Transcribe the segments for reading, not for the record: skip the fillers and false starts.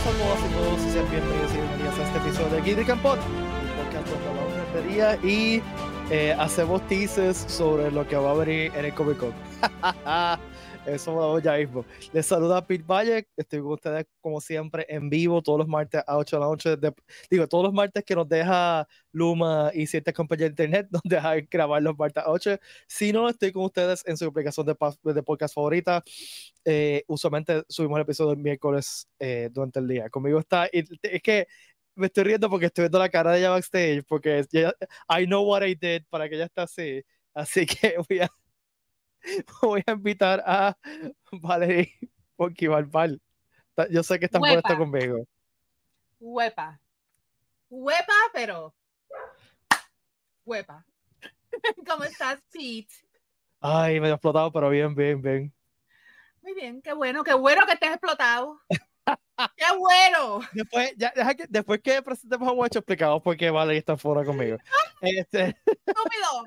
a todas y todos y sean bienvenidos y bienvenidas a este episodio de Geek Campón, un podcast donde hablamos de nerdería y hacemos teases sobre lo que va a venir en el Comic Con. Eso vamos ya mismo. Les saluda Pete Valle, estoy con ustedes como siempre en vivo todos los martes a 8 de la noche. Todos los martes que nos deja Luma y ciertas compañías de internet nos deja grabar los martes a 8. Si no, estoy con ustedes en su aplicación de podcast favorita. Usualmente subimos el episodio el miércoles durante el día. Conmigo está, es que me estoy riendo porque estoy viendo la cara de ella backstage, porque I know what I did para que ella esté así que voy a invitar a Valerie Ponky Barbal. Yo sé que estás molesta conmigo. Huepa, pero huepa. ¿Cómo estás, Pete? Ay, me he explotado, pero bien. Muy bien, qué bueno que estés explotado. ¡Qué bueno! Después que presentemos a Guacho, explicamos por qué Valerie está fuera conmigo. ¡Estúpido!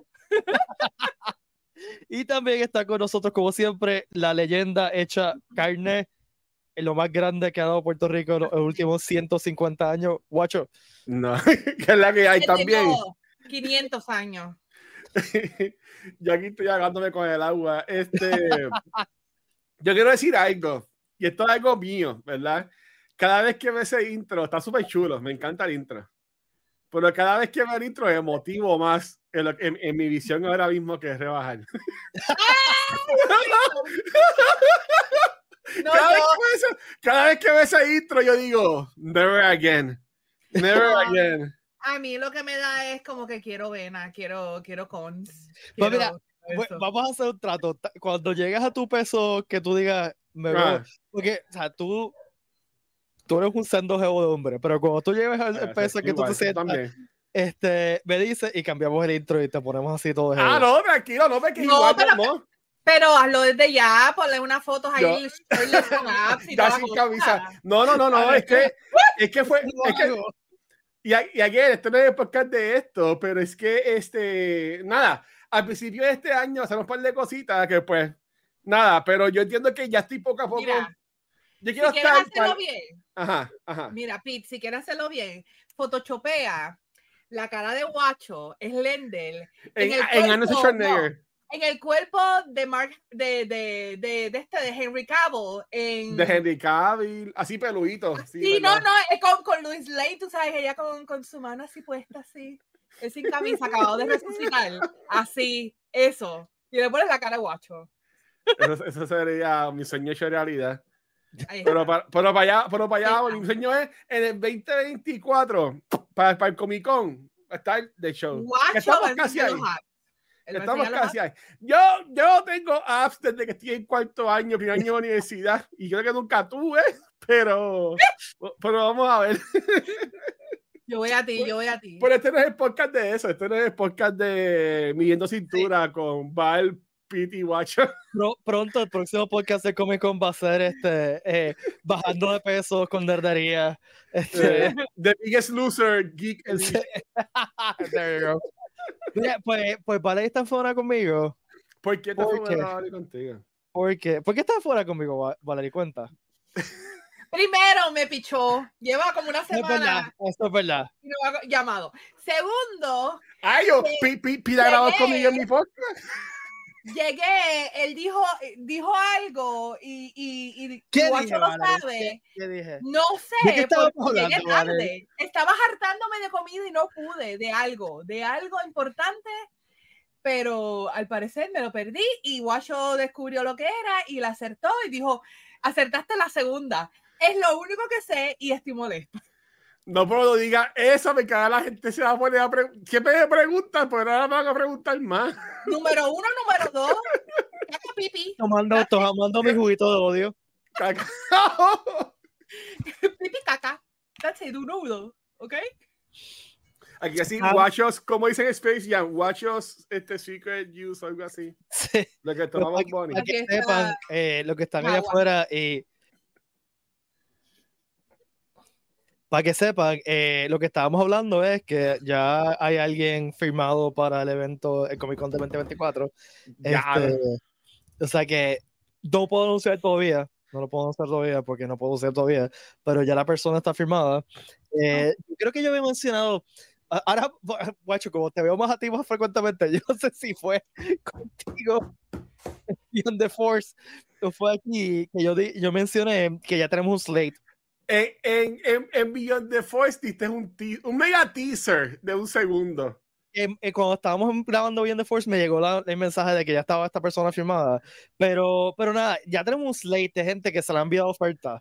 Y también está con nosotros, como siempre, la leyenda hecha carne, en lo más grande que ha dado Puerto Rico en los últimos 150 años. Guacho. No, que es la que hay también. 500 años. Yo aquí estoy ahogándome con el agua. Yo quiero decir algo, y esto es algo mío, ¿verdad? Cada vez que veo ese intro, está súper chulo, me encanta el intro. Pero cada vez que veo el intro, me motivo más en mi visión ahora mismo que es rebajar. Cada vez que veo ese intro, yo digo, never again. A mí lo que me da es como que quiero vena, quiero cons. Pues mira, vamos a hacer un trato. Cuando llegas a tu peso, que tú digas, me veo. Porque, o sea, tú eres un sendo geo de hombre, pero cuando tú lleves al peso que tú te sientas, me dices y cambiamos el intro y te ponemos así todo. No, tranquilo, no, porque igual no. Pero hazlo desde ya, ponle unas fotos ahí. Ya sin camisa. No, es que fue. Y ayer, esto no es el podcast de esto, pero es que, nada, al principio de este año hacemos un par de cositas que pues, nada, pero yo entiendo que ya estoy poco a poco. Mira, yo quiero si quieres hacerlo bien. Ajá. Mira, Pete, si quieres hacerlo bien, photoshopea la cara de Guacho, Slender, en el cuerpo de Henry Cavill. De Henry Cavill, así peludito. Sí, no, con Louis Lane, tú sabes, ella con su mano así puesta, así. Es sin camisa, acabado de resucitar. Así, eso. Y le pones la cara de Guacho. Eso sería mi sueño hecho realidad. Pero para allá, mi sueño es en el 2024, para el Comic Con, estar de show. Guacho, estamos casi ahí. Estamos casi ahí. Yo tengo apps desde que estoy en cuarto año, primer año de universidad, y creo que nunca tuve, pero vamos a ver. Yo voy a ti. Pero este no es el podcast de eso, este no es el podcast de Midiendo Cintura con Val, Pete y Guacho. Pronto el próximo podcast de Comic Con va a ser bajando de peso con nerdería. The Biggest Loser Geek Elite. There you go. Mira, pues Valerie está fuera conmigo. ¿Por qué te fuera contigo? ¿Por qué está fuera conmigo, Valerie? Cuenta. Primero me pichó. Lleva como una semana. Esto es verdad. Y no me ha llamado. Segundo. Ay, yo pida grabado conmigo en mi podcast. Llegué, él dijo algo y ¿Qué Guacho dije, lo Valerie? sabe. ¿Qué dije? No sé, ¿De qué estábamos hablando, llegué tarde. Valerie? Estaba hartándome de comida y no pude, de algo importante, pero al parecer me lo perdí y Guacho descubrió lo que era y la acertó y dijo, acertaste la segunda. Es lo único que sé y estoy molesta. No puedo diga eso, me caga la gente se va a poner a siempre me preguntan, pero ahora me van a preguntar más. Número 1, número 2. Caca pipi. Tomando mi juguito de odio. Caca. Pipi caca. That's it, uno, ¿ok? Aquí así, Guachos, como dicen Space Jam, Guachos, Secret Use, algo así. Sí. Lo que tomamos Bonnie. Para que sepan, lo que están allá afuera y para que sepan, lo que estábamos hablando es que ya hay alguien firmado para el evento, el Comic Con de 2024. O sea que no puedo anunciar todavía, no lo puedo hacer todavía porque no puedo hacer todavía, pero ya la persona está firmada. Yo creo que yo había mencionado, ahora, guacho, como te veo más a ti más frecuentemente, yo no sé si fue contigo Beyond the Force o fue aquí que yo mencioné que ya tenemos un slate. En Beyond the Force diste un mega teaser de un segundo. Cuando estábamos grabando Beyond the Force me llegó el mensaje de que ya estaba esta persona firmada, pero nada, ya tenemos un slate de gente que se le han enviado ofertas,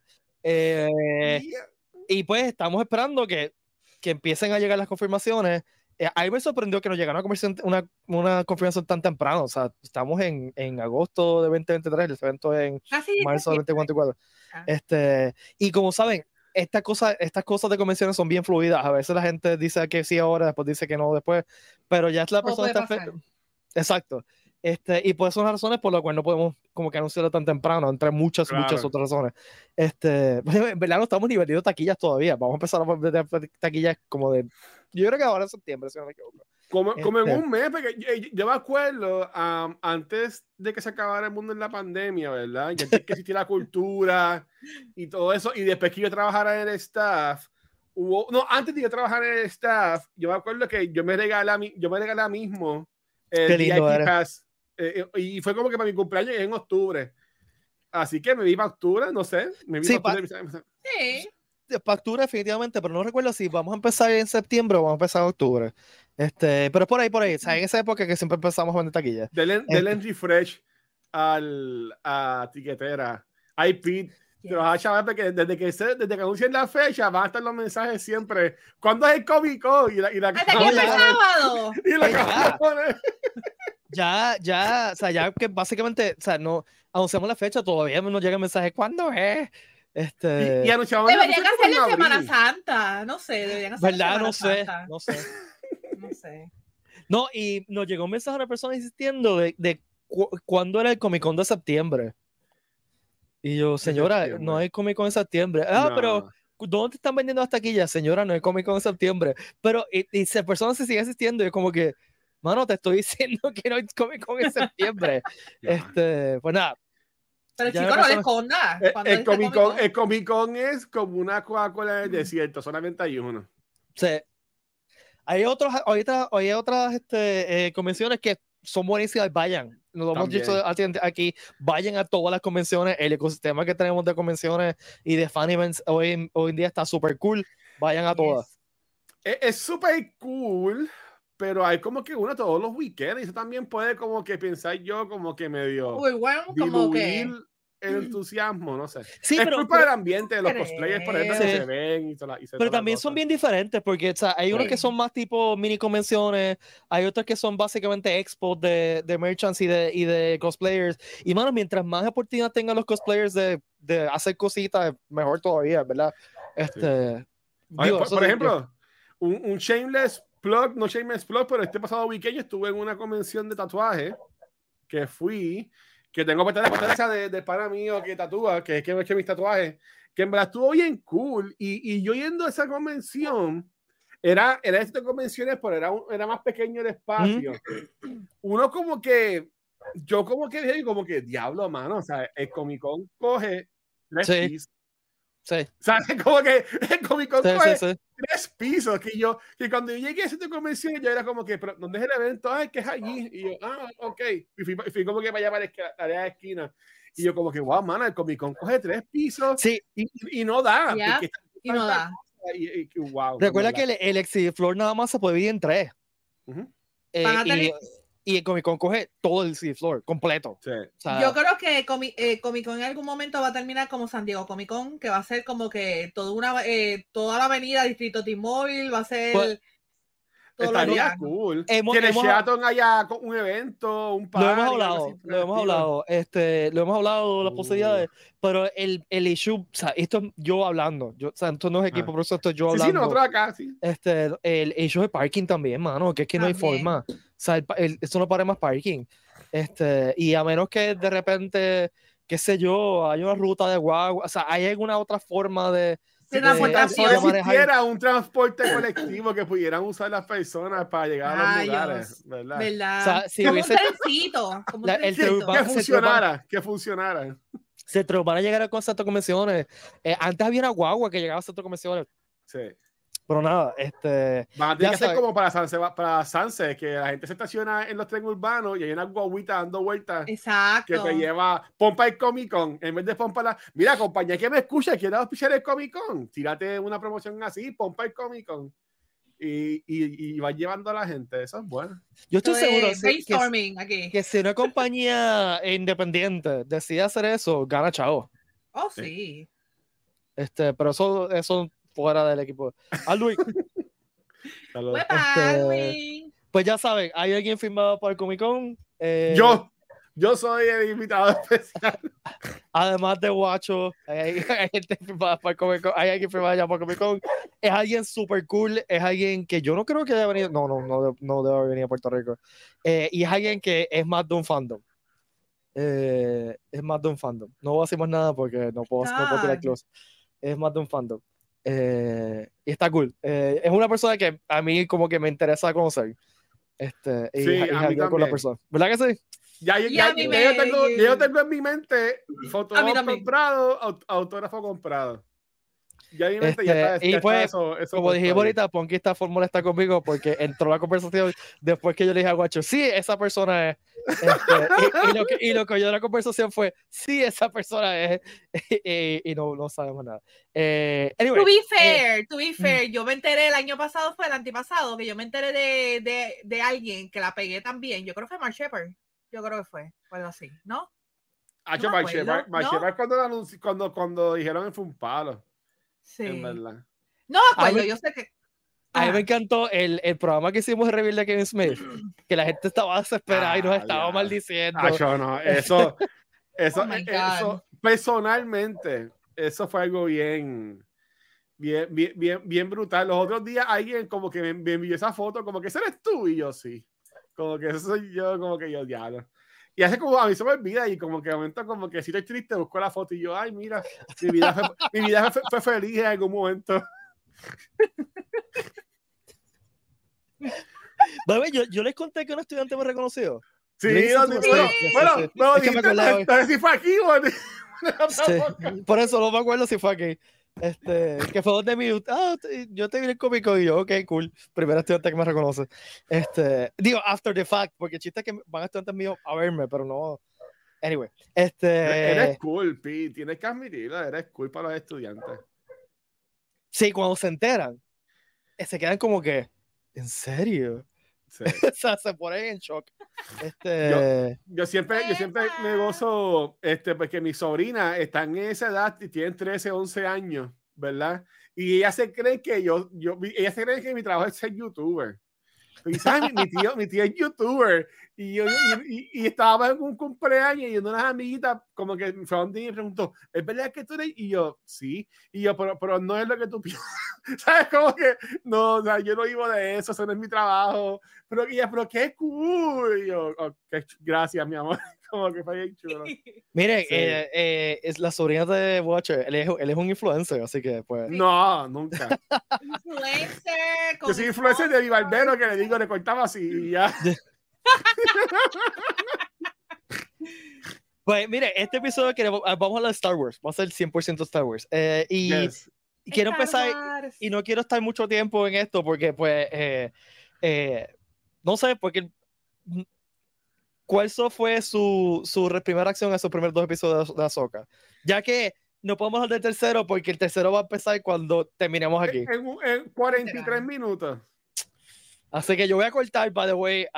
y pues estamos esperando que empiecen a llegar las confirmaciones. A mí me sorprendió que nos llegara una confirmación tan temprano, o sea, estamos en agosto de 2023, el evento es en marzo de 2024. Y como saben, estas cosas de convenciones son bien fluidas. A veces la gente dice que sí ahora, después dice que no después, pero ya la persona está... Exacto. Y por esas razones por las cuales no podemos como que anunciarlo tan temprano, entre muchas otras razones. En verdad no estamos ni vendiendo taquillas todavía. Vamos a empezar a vender taquillas como de... Yo creo que ahora en septiembre, si no me equivoco. Como en un mes, porque yo me acuerdo antes de que se acabara el mundo en la pandemia, ¿verdad? Ya que existía la cultura y todo eso, y después que yo trabajara en el staff, antes de yo trabajar en el staff, yo me acuerdo que yo me regalé mismo el VIP Pass, y fue como que para mi cumpleaños en octubre. Así que me vi para octubre, no sé. Sí. Para octubre definitivamente, pero no recuerdo si vamos a empezar en septiembre o vamos a empezar en octubre. Pero es por ahí, o sea, en esa época que siempre empezamos a vender taquillas. Denle refresh a Tiquetera. Pete, te vas a chaval porque desde que anuncien la fecha van a estar los mensajes siempre. ¿Cuándo es el Comic Con? sábado. Ya, o sea, ya que básicamente, o sea, no anunciamos la fecha, todavía no llega el mensaje. ¿Cuándo es? Y anunciamos deberían hacerlo en Semana Santa, no sé, deberían hacerlo ¿verdad? en Semana Santa. No sé. No sé. No, y nos llegó un mensaje de una persona insistiendo de cuándo era el Comic Con de septiembre. Y yo, señora, no hay Comic Con en septiembre. No. Pero ¿dónde están vendiendo las taquillas? Señora, no hay Comic Con en septiembre. Pero, y esa persona se sigue insistiendo y es como que, mano, te estoy diciendo que no hay Comic Con en septiembre. Pues nada. Pero chicos, no le esconda. El Comic Con es como una Coca-Cola del desierto, solamente hay uno. Sí. Hay otras convenciones que son buenísimas, vayan. Nos hemos dicho aquí, vayan a todas las convenciones. El ecosistema que tenemos de convenciones y de fan events hoy en día está súper cool. Vayan a todas. Es súper cool, pero hay como que uno todos los weekends, y eso también puede como que pensar yo como que medio como que el entusiasmo, no sé. Sí, es culpa del ambiente de los cosplayers, por ejemplo, que se ven pero también son bien diferentes porque, o sea, hay unos que son más tipo mini convenciones, hay otros que son básicamente expos de merchants y de cosplayers, y mano, mientras más oportunidad tengan los cosplayers de hacer cositas, mejor todavía, ¿verdad? Por ejemplo, un shameless plug, no shameless plug, pero este pasado weekend yo estuve en una convención de tatuaje que fui, que tengo esa de pana mío que tatúa, que es que me eché mis tatuajes, que en verdad estuvo bien cool, y yo yendo a esa convención, era estas convenciones, pero era más pequeño el espacio. Uno como que, yo como que dije, como que, diablo, mano, o sea, el Comic Con coge 3 pisos. Sí. ¿Sabes? Como que el Comic Con coge 3 pisos, que cuando yo llegué a esta convención, yo era como que, pero ¿dónde es el evento? Que es allí. Y yo, ok. Y fui como que para allá para la área de esquina. Y yo como que, wow, mano, el Comic Con coge 3 pisos. Sí. Y no da. Y no da. Wow. Recuerda que el exhibit floor nada más se puede dividir en 3. Y el Comic Con coge todo el exhibit floor completo. Sí. O sea, yo creo que Comic Con en algún momento va a terminar como San Diego Comic Con, que va a ser como que toda la avenida Distrito T-Mobile va a ser estaría cool. Que en el Sheraton haya un evento, un party. Lo hemos hablado las posibilidades, pero el issue, o sea, esto es yo hablando, o sea, esto no es equipo, por eso esto es yo hablando. Sí, nosotros acá, sí. El issue de parking también, mano, que es que no hay forma. O sea, esto no para más parking. Y a menos que de repente, qué sé yo, hay una ruta de guagua, o sea, hay alguna otra forma de transportación. Si existiera un transporte colectivo que pudieran usar las personas para llegar a los lugares, ¿verdad? O sea, si como hubiese un trencito, que funcionara. Se van a llegar a centro de convenciones. Antes había una guagua que llegaba a centro de convenciones. Sí. Pero nada, van a tener que hacer como para Sanse, que la gente se estaciona en los trenes urbanos y hay una guaguita dando vueltas. Exacto. Que te lleva pompa el Comic Con en vez de pompa la. Mira, compañía que me escucha, quiero auspiciar el Comic Con. Tírate una promoción así, pompa el Comic Con. Y va llevando a la gente. Eso es bueno. Yo estoy seguro que si una compañía independiente decide hacer eso, gana chavo. Oh, sí. Pero eso fuera del equipo. Luis. Pues ya saben, hay alguien firmado por el Comic Con. Yo soy el invitado especial. Además de Guacho, hay gente firmada por Comic Con, hay alguien firmado ya por Comic Con. Es alguien súper cool, es alguien que yo no creo que haya venido, no debe haber venido a Puerto Rico. Y es alguien que es más de un fandom. Es más de un fandom. No voy a decir más nada porque no puedo tirar close. Es más de un fandom. Y está cool. Es una persona que a mí como que me interesa conocer. Sí, a mí con la persona. ¿Verdad que sí? Yo tengo en mi mente fotógrafo comprado, autógrafo comprado. Ya mi mente ya está, y pues, eso como dijimos ahorita, Ponky está fórmula está conmigo porque entró la conversación después que yo le dije a Guacho, sí, esa persona es. Y lo que oyó de la conversación fue, sí, esa persona es. Y no sabemos nada. Anyway, to be fair, yo me enteré el año pasado, fue el antepasado, que yo me enteré de alguien que la pegué también. Yo creo que fue Mark Shepard. Yo creo que fue algo así, ¿no? Mark Shepard cuando dijeron que fue un palo. Sí. En verdad. No me acuerdo, yo sé que. A mí me encantó el programa que hicimos de Reveal de Kevin Smith, que la gente estaba desesperada y nos estaba maldiciendo. Eso, personalmente, eso fue algo bien brutal. Los otros días alguien como que me envió esa foto, como que ese eres tú, y yo sí. Como que eso soy yo, como que yo diablo. Y hace como a mí se me olvida y como que de momento como que si estoy triste busco la foto y yo, ay mira, mi vida fue feliz en algún momento. Yo les conté que un estudiante me reconoció. Sí, bueno, si fue aquí, bueno. Sí, por eso no me acuerdo si fue aquí. Que fue donde yo te vi el cómico y yo, ok, cool. Primera estudiante que me reconoce. Digo, after the fact, porque el chiste es que van estudiantes míos a verme, pero no. Anyway, Eres cool, Pete. Tienes que admitirlo, eres cool para los estudiantes. Sí, cuando se enteran, se quedan como que, ¿en serio? Sí. O sea, se ponen en shock. Yo siempre me gozo porque mi sobrina está en esa edad y tienen 13, 11 años, ¿verdad? Y ella se cree que ella se cree que mi trabajo es ser youtuber. Y ¿sabes? mi tío es youtuber y estaba en un cumpleaños y una de las amiguitas como que fue a donde me preguntó, ¿es verdad que tú eres? Y yo, sí. Y yo, pero no es lo que tú piensas. ¿Sabes? Como que no, o sea, yo no vivo de eso no es mi trabajo. Pero qué cool. Y yo, gracias, mi amor. Como que fue bien chulo. Miren, sí. Es la sobrina de Watcher. Él es un influencer, así que pues. No, nunca. Influencer. Yo soy influencer de Vivaldero que le digo, le cortaba así y ya. Pues mire, este episodio vamos a hablar de Star Wars. Vamos a hacer 100% Star Wars. Y quiero empezar, y no quiero estar mucho tiempo en esto porque pues no sé, porque ¿cuál fue su primera acción en esos primeros 2 episodios de Ahsoka? Ya que no podemos hablar del tercero porque el tercero va a empezar cuando terminemos aquí. En 43 minutos. Así que yo voy a cortar, by the way.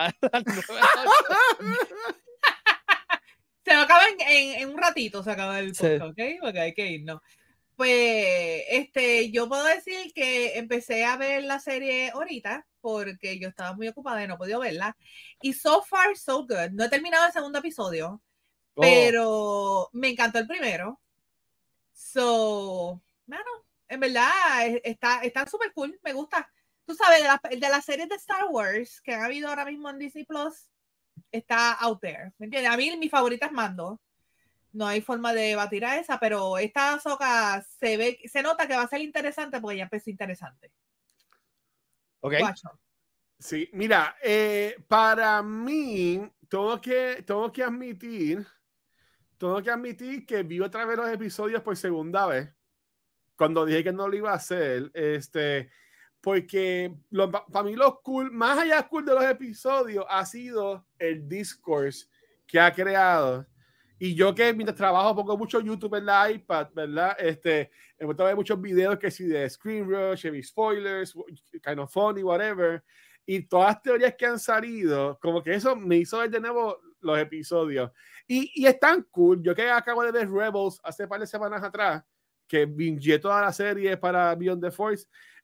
Se acaba en un ratito, se acaba el podcast, ¿ok? Porque hay que irnos. Pues, yo puedo decir que empecé a ver la serie ahorita porque yo estaba muy ocupada y no he podido verla. Y so far, so good. No he terminado el segundo episodio, pero me encantó el primero. So, bueno, en verdad, está súper cool. Me gusta. Tú sabes, de las series de Star Wars que han habido ahora mismo en Disney Plus, está out there. ¿Me entiendes? A mí mi favorita es Mando. No hay forma de batir a esa, pero esta Ahsoka se nota que va a ser interesante porque ya empezó interesante. Ok. Guacho. Sí, mira, para mí, tengo que admitir tengo que admitir que vi otra vez los episodios por segunda vez. Cuando dije que no lo iba a hacer, porque para mí lo cool, más allá cool de los episodios, ha sido el discourse que ha creado. Y yo que mientras trabajo pongo mucho YouTube en la iPad, ¿verdad? Me gusta ver muchos videos que si de Screen Rush, heavy spoilers, kind of funny, whatever. Y todas las teorías que han salido, como que eso me hizo ver de nuevo los episodios. Y es tan cool. Yo que acabo de ver Rebels hace un par de semanas atrás, que bingeé toda la serie para Beyond the Force,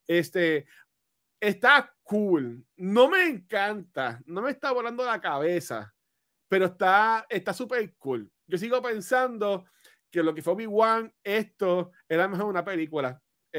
está cool. No me encanta, no me está volando la cabeza, pero está súper cool. Yo sigo pensando que lo que fue Obi-Wan, esto era mejor una película.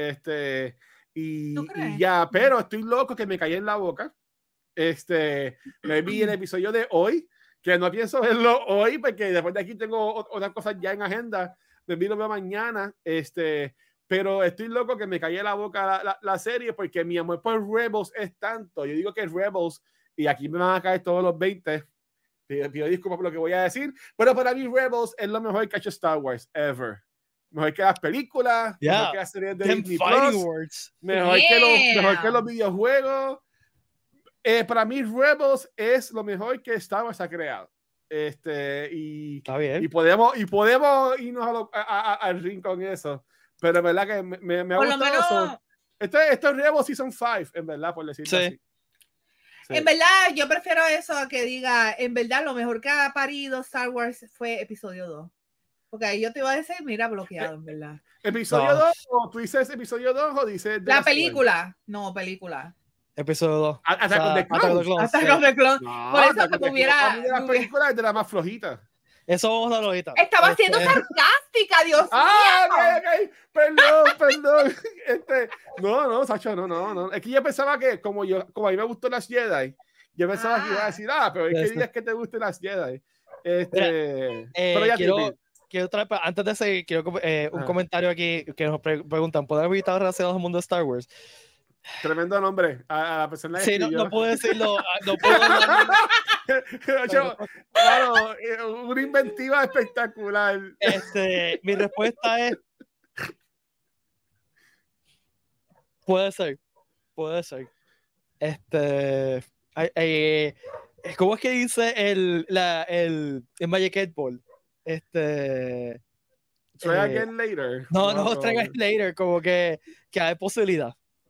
Y ya, pero estoy loco que me caí en la boca. Me vi el episodio de hoy, que no pienso verlo hoy, porque después de aquí tengo otras cosas ya en agenda. Me vi lo veo mañana. Pero estoy loco que me caí en la boca la serie, porque mi amor por Rebels es tanto. Yo digo que Rebels, y aquí me van a caer todos los 20. Pido disculpas por lo que voy a decir, pero para mí Rebels es lo mejor que ha hecho Star Wars ever. Mejor que las películas, mejor que las series de Disney Plus, mejor que los videojuegos. Para mí Rebels es lo mejor que Star Wars ha creado. Está bien. Y podemos irnos al ring con eso, pero en verdad que me ha gustado eso. Esto es Rebels Season 5, en verdad, por decirlo así. Sí. En verdad, yo prefiero eso a que diga, en verdad, lo mejor que ha parido Star Wars fue episodio 2. Porque ahí yo te iba a decir, mira, bloqueado, en verdad. ¿Episodio 2? ¿O tú dices episodio 2 o dices... La película. No, película. Episodio 2. Attack of the Clones. Attack of the Clones. Por eso que hubiera... La película es de la más flojita. Eso vamos a hablar ahorita. Estaba siendo sarcástica, Dios mío. Okay. Perdón. No, Sacho, no. Es que yo pensaba que, como a mí me gustó las Jedi, yo pensaba que iba a decir, pero es que digas que te gusten las Jedi. Pero ya quiero traer, antes de seguir, quiero un comentario aquí que nos preguntan, ¿pueden evitar relacionados al mundo de Star Wars? Tremendo nombre a la persona que sí, no puedo decirlo. No puedo claro, una inventiva espectacular. Mi respuesta es puede ser. ¿Cómo es que dice el Magic 8 Ball? Try again later. No, try again later, como que hay posibilidad.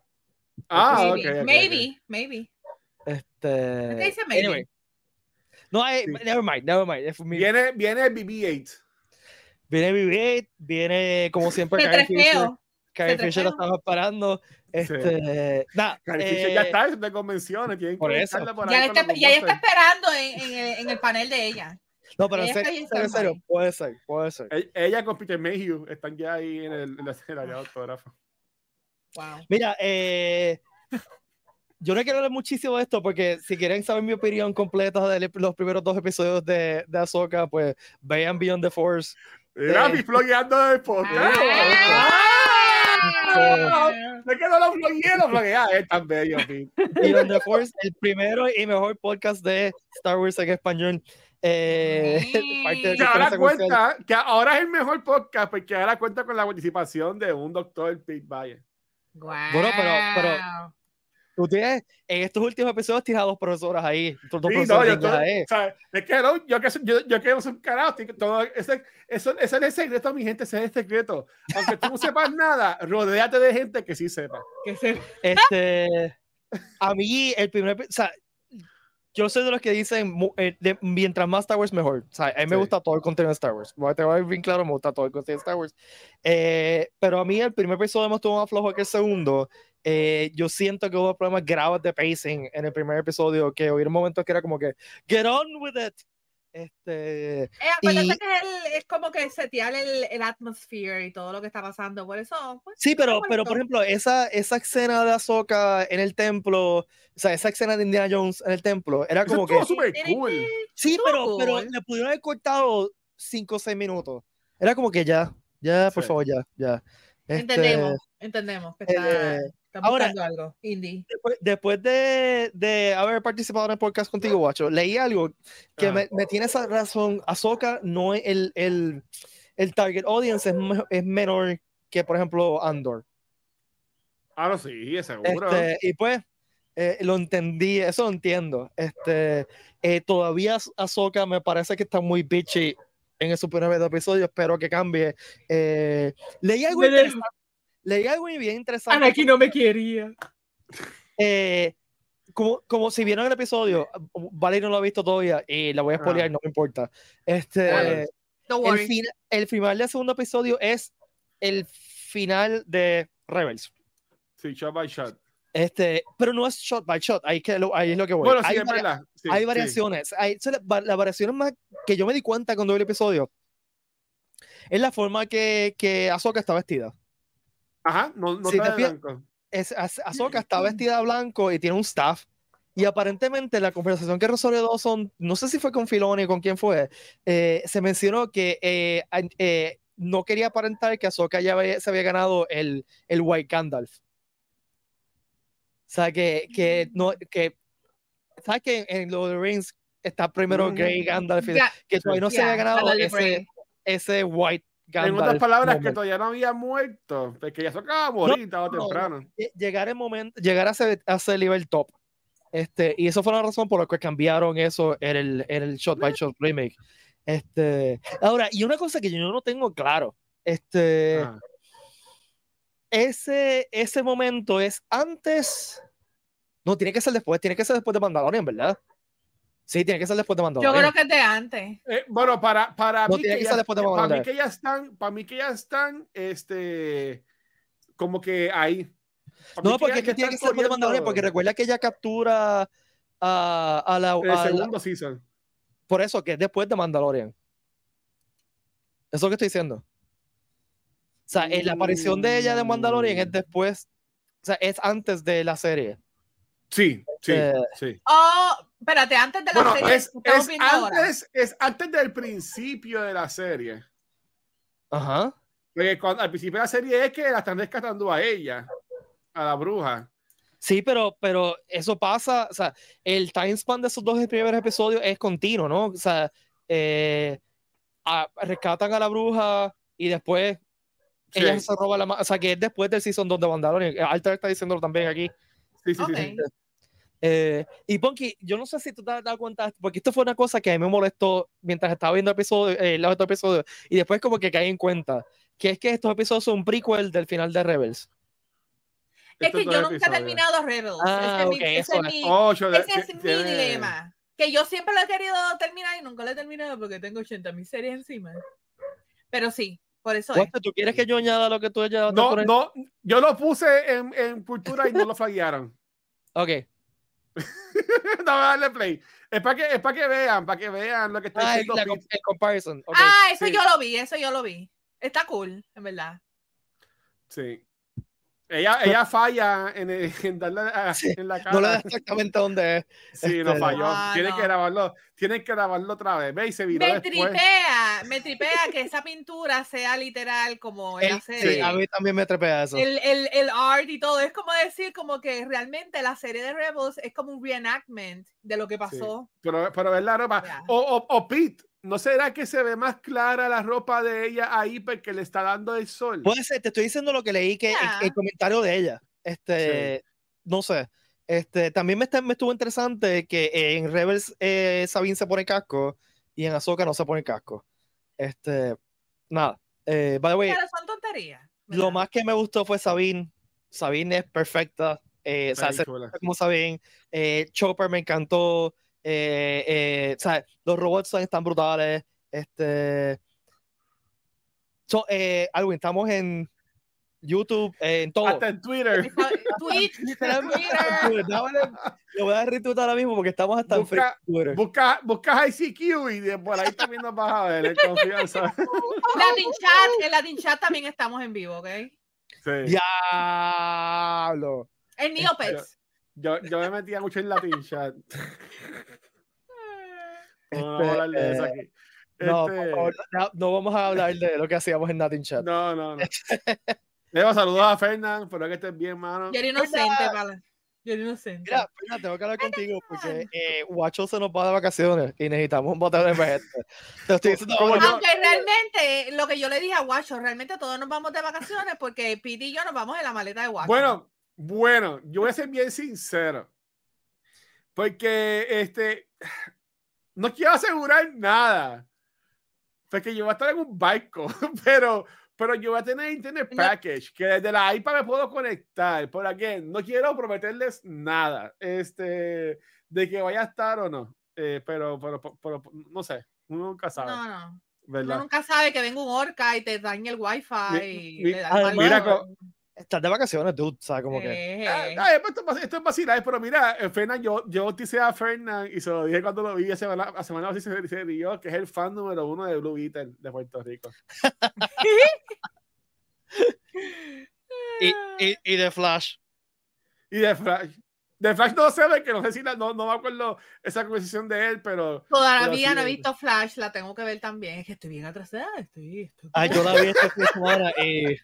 Maybe. ¿Qué dice maybe? Anyway. No, never mind. Viene BB-8. Viene BB-8, viene como siempre Carrie Fisher la estamos parando. Carrie Fisher ya está de convenciones. Por eso. Ya está esperando en el panel de ella. No, pero en serio, puede ser. Ella con Peter Mayhew están ya ahí en la escena de autógrafo. Wow. Mira, yo no quiero hablar muchísimo de esto porque si quieren saber mi opinión completa de los primeros 2 episodios de Ahsoka, pues vean Beyond the Force. Mira, mi flogueando de podcast. Es que no lo floguea, es tan bello. Beyond the Force, el primero y mejor podcast de Star Wars en español. Que ahora es el mejor podcast porque ahora cuenta con la participación de un doctor Pete Bayer. Wow. Bueno, pero tú tienes en estos últimos episodios tirados 2 profesoras ahí. Es que no, yo que no soy un carajo. Ese es el secreto, mi gente. Ese es el secreto. Aunque tú no sepas nada, rodéate de gente que sí sepa. A mí, el primer. O sea, yo soy de los que dicen mientras más Star Wars mejor. O sea, a mí me gusta todo el contenido de Star Wars. Te voy a ir bien claro, me gusta todo el contenido de Star Wars. Pero a mí el primer episodio me estuvo más flojo que el segundo. Yo siento que hubo problemas graves de pacing en el primer episodio, que hubo momentos que era como que get on with it. Acuérdate que es como que setear el atmosphere y todo lo que está pasando, por eso pues, sí, pero por ejemplo esa escena de Ahsoka en el templo, o sea, esa escena de Indiana Jones en el templo, era como que súper cool. Sí, pero le pudieron haber cortado 5 o 6 minutos. Era como que ya, por favor, ya. Entendemos que está Estás buscando algo, Indy. Después de haber participado en el podcast contigo, Guacho, leí algo que me tiene esa razón. Ahsoka no es el target audience es menor que, por ejemplo, Andor. No, sí, seguro. Y pues, lo entendí, eso lo entiendo. Todavía Ahsoka me parece que está muy bitchy en su primer episodio, espero que cambie. Leí algo interesante. Leí algo bien interesante. Aquí no me quería. Como si vieron el episodio, Valerie no lo ha visto todavía y la voy a spoilear, no me importa. El final del segundo episodio es el final de Rebels. Sí, shot by shot. Pero no es shot by shot, ahí es lo que voy. Bueno, sí, es verdad. Sí, hay variaciones. Las variaciones más que yo me di cuenta cuando vi el episodio es la forma que Ahsoka está vestida. Ajá, no está de blanco. Ahsoka está vestida de blanco y tiene un staff. Y aparentemente la conversación que resolvió Dawson, no sé si fue con Filoni o con quién fue, se mencionó que no quería aparentar que Ahsoka ya se había ganado el White Gandalf. O sea, ¿sabes que en Lord of the Rings está primero Grey Gandalf? Que todavía no se había ganado ese White Gandalf. En otras palabras, que todavía no había muerto, porque ya Ahsoka va a morir temprano. Llegar a ese nivel top. Y eso fue la razón por la que cambiaron eso en el Shot by Shot remake. Ahora, y una cosa que yo no tengo claro, ese momento es antes, no, tiene que ser después de Mandalorian, ¿verdad? Sí, tiene que ser después de Mandalorian. Yo creo que es de antes. Bueno, para no, mí que ya están, como que ahí. No, porque es que tiene que ser después de Mandalorian, porque recuerda que ella captura el segundo season. Por eso, que es después de Mandalorian. Eso es lo que estoy diciendo. O sea, la aparición de ella de Mandalorian es después, o sea, es antes de la serie. Sí. Espérate, antes de la serie. Es antes del principio de la serie. Ajá. Porque al principio de la serie es que la están rescatando a ella, a la bruja. Sí, pero eso pasa, o sea, el time span de esos dos primeros episodios es continuo, ¿no? O sea, rescatan a la bruja y después ella se roba o sea, que es después del season 2 de Mandalorian. Alter está diciéndolo también aquí. Sí. Y Ponky, yo no sé si tú te has dado cuenta, porque esto fue una cosa que a mí me molestó mientras estaba viendo los otros episodios, y después como que caí en cuenta, que es que estos episodios son un prequel del final de Rebels. Es que yo nunca he terminado Rebels. Ese es mi dilema. Que yo siempre lo he querido terminar y nunca lo he terminado porque tengo 80,000 series encima. Pero sí, por eso es. ¿Tú quieres que yo añada lo que tú añadas? No, yo lo puse en cultura y no lo flaguearon. Ok. No, darle play. Es para que vean lo que está diciendo. El comparison. Okay. Eso yo lo vi. Está cool, en verdad. Sí. Ella falla en darle en la cara. No le da exactamente dónde es. Sí, no falló. Tienen que grabarlo otra vez. Ve y se viró después. Me tripea que esa pintura sea literal como en la serie. Sí, a mí también me tripea eso. El art y todo. Es como decir como que realmente la serie de Rebels es como un reenactment de lo que pasó. Sí. Pero ver la ropa. Yeah. O Pete. ¿No será que se ve más clara la ropa de ella ahí porque le está dando el sol? Puede ser, te estoy diciendo lo que leí, que el comentario de ella. No sé. También me estuvo interesante que en Rebels Sabine se pone casco y en Ahsoka no se pone casco. Nada. By the way, pero son tonterías. Lo más que me gustó fue Sabine. Sabine es perfecta. O sea, como Sabine. Chopper me encantó. O sea, los robots están brutales. Alwin, estamos en YouTube, en todo. Hasta en Twitter. Twitch. Lo voy a dar retweet ahora mismo porque estamos hasta en Twitter. Busca ICQ y por ahí también nos vas a ver, en confianza. En Latin Chat también estamos en vivo, ¿ok? Sí. Diablo. En Neopets. Yo me metía mucho en Latin Chat. No vamos a hablar de eso aquí. No vamos a hablar de lo que hacíamos en Latin Chat. No. Saludos a Fernán, espero que estés bien, mano. Yo era inocente, vale. Yo era inocente. Mira, Fernán, tengo que hablar contigo porque Guacho se nos va de vacaciones y necesitamos un bote de emergencia. Te estoy diciendo Aunque realmente, lo que yo le dije a Guacho, realmente todos nos vamos de vacaciones porque Pete y yo nos vamos en la maleta de Guacho. Bueno, yo voy a ser bien sincero. Porque no quiero asegurar nada. Porque yo voy a estar en un barco, pero yo voy a tener internet package, que desde la iPad me puedo conectar. Por aquí, no quiero prometerles nada, de que vaya a estar o no. Pero no sé, uno nunca sabe. No. ¿Verdad? Uno nunca sabe que venga un orca y te dañe el wifi y le da el mira, estás de vacaciones, dude, ¿sabes? Como que... esto es vacilar, pero mira, Fernan, yo bauticé a Fernan y se lo dije cuando lo vi a semana así se dio, que es el fan número 1 de Blue Beetle de Puerto Rico. y de Flash. Y de Flash. De Flash no sé, que no sé si no me acuerdo esa conversación de él, pero... Todavía no he visto Flash, la tengo que ver también. Es que estoy bien atrasada. Yo la vi esta semana y...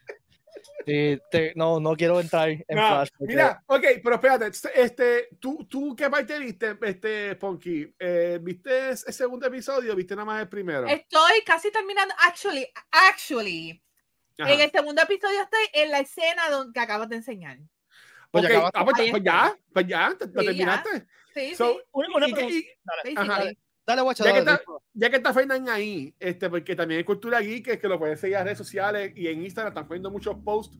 no quiero entrar en Flash. Porque... Mira, ok, pero espérate, ¿tú qué parte viste, Ponky? ¿Viste el segundo episodio o viste nada más el primero? Estoy casi terminando, actually, en el segundo episodio estoy en la escena que acabas de enseñar. Pues ya, ¿te terminaste? Sí, sí. Una pregunta. Dale, Guacho. Ya que está Fernan ahí, porque también hay Cultura Geek, que lo pueden seguir en redes sociales y en Instagram están poniendo muchos posts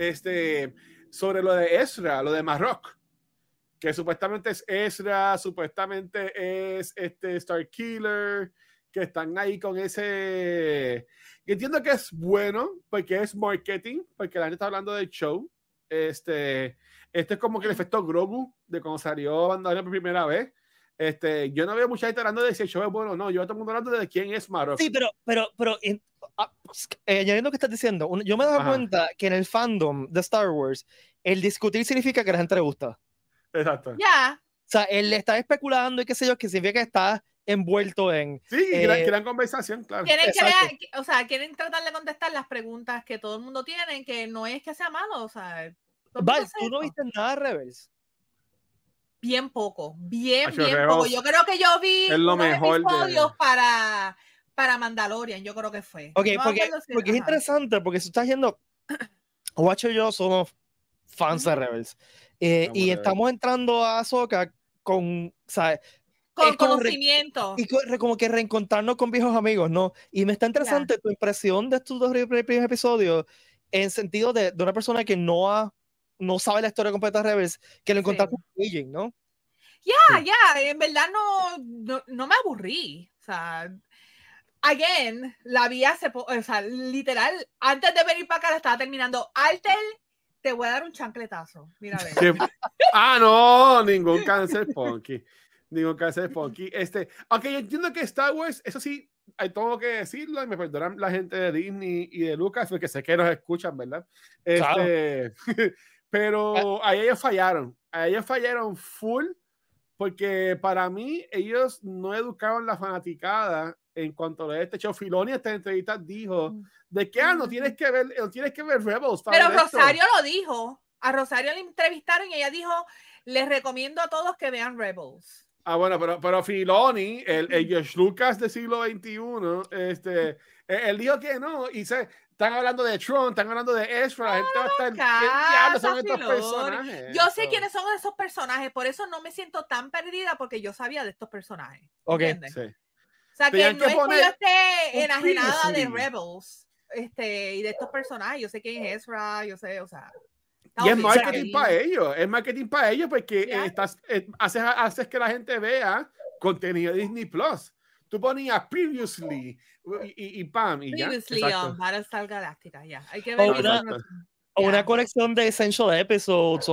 sobre lo de Ezra, lo de Marrock, que supuestamente es Ezra, supuestamente es Starkiller, que están ahí con ese... Y entiendo que es bueno, porque es marketing, porque la gente está hablando del show. Este es como que el efecto Grogu de cuando salió Mandalorian por primera vez. Yo no veo mucha gente hablando de si el show es bueno o no. Yo veo a todo el mundo hablando de quién es Marrock. Sí, pero añadiendo lo que estás diciendo, yo me he dado cuenta que en el fandom de Star Wars, el discutir significa que a la gente le gusta. Exacto. Ya. O sea, él está especulando y qué sé yo, que significa que está envuelto en... Sí, gran conversación, claro. Quieren tratar de contestar las preguntas que todo el mundo tiene, que no es que sea malo, o sea... Val, ¿tú no viste nada de Rebels? Bien poco. Bien poco. Yo creo que yo vi unos episodios para Mandalorian, yo creo que fue. Ok, porque es interesante, porque si estás yendo... Guacho y yo somos fans de Rebels. Y estamos entrando a Ahsoka con... ¿sabes? Con conocimiento. Y como que reencontrarnos con viejos amigos, ¿no? Y me está interesante tu impresión de estos dos primeros episodios en sentido de una persona que no sabe la historia completa de Rebels, que lo encontraste con Aging, ¿no? En verdad no me aburrí. O sea, again, la vi literal, antes de venir para acá la estaba terminando. Alter, te voy a dar un chancletazo. Mira, a ver. No, ningún cáncer, Ponky. Ningún cáncer, Ponky. Aunque yo entiendo que Star Wars, eso sí, tengo que decirlo, y me perdonarán la gente de Disney y de Lucas, porque sé que nos escuchan, ¿verdad? Claro. Pero ahí ellos fallaron full, porque para mí ellos no educaron la fanaticada en cuanto a este show. Filoni en esta entrevista dijo de que no tienes que ver Rebels. Pero Rosario lo dijo. A Rosario le entrevistaron y ella dijo, les recomiendo a todos que vean Rebels. Bueno, pero Filoni, el George Lucas del siglo XXI, él dijo que no, y están hablando de Tron, están hablando de Ezra, la gente va a estar, ¿qué diablos son estos personajes? Yo sé quiénes son esos personajes, por eso no me siento tan perdida, porque yo sabía de estos personajes. ¿Entiendes? Sí. O sea, que no es que yo esté enajenada de Rebels, y de estos personajes, yo sé quién es Ezra, yo sé, o sea... Y es marketing para ellos, porque haces que la gente vea contenido de Disney Plus. Tú ponías previously y pam, y previously ya. on Battlestar Galactica, ya. Hay que ver una colección de Essential Episodes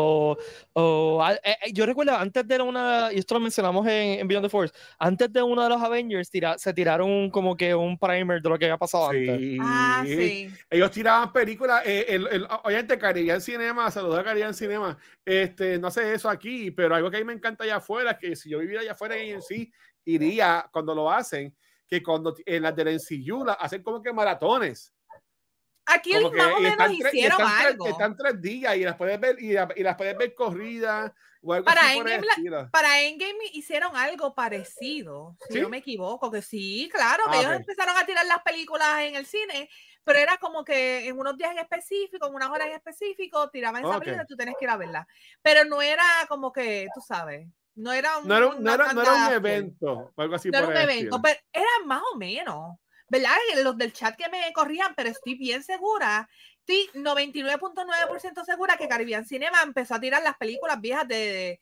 yo recuerdo antes de y esto lo mencionamos en Beyond the Force, antes de uno de los Avengers se tiraron como que un primer de lo que había pasado antes. Sí. Ellos tiraban películas, obviamente Caribbean Cinema, saludos a Caribbean Cinema, no sé eso aquí, pero algo que a mí me encanta allá afuera, que si yo viviera allá afuera en AMC, iría cuando lo hacen, que cuando en las del MCU hacen como que maratones. Aquí más o menos hicieron algo. Están 3 días y las puedes ver y las puedes ver corridas o algo para así Endgame, para Endgame hicieron algo parecido, si no me equivoco, que sí, claro, que ellos empezaron a tirar las películas en el cine, pero era como que en unos días en específico, en unas horas en específico, tiraban esa película y tú tienes que ir a verla. Pero no era como que, tú sabes, no era un evento o algo así. No era un evento, pero era más o menos. ¿Verdad? Los del chat que me corrían, pero estoy bien segura, estoy 99.9% segura que Caribbean Cinema empezó a tirar las películas viejas del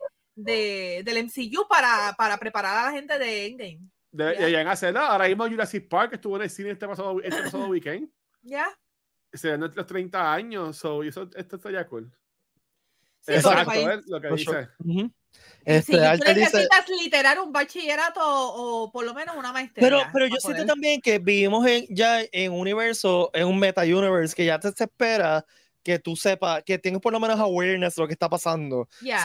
MCU para preparar a la gente de Endgame. Deberían hacerlo. Ahora mismo Jurassic Park estuvo en el cine este pasado weekend. Ya. Se dan los 30 años, esto estaría cool. Sí, exacto, es lo que dice. Si tú necesitas literar un bachillerato o por lo menos una maestría. Pero yo siento también que vivimos ya en un universo, en un meta-universe, que ya te espera que tú sepas, que tengas por lo menos awareness de lo que está pasando.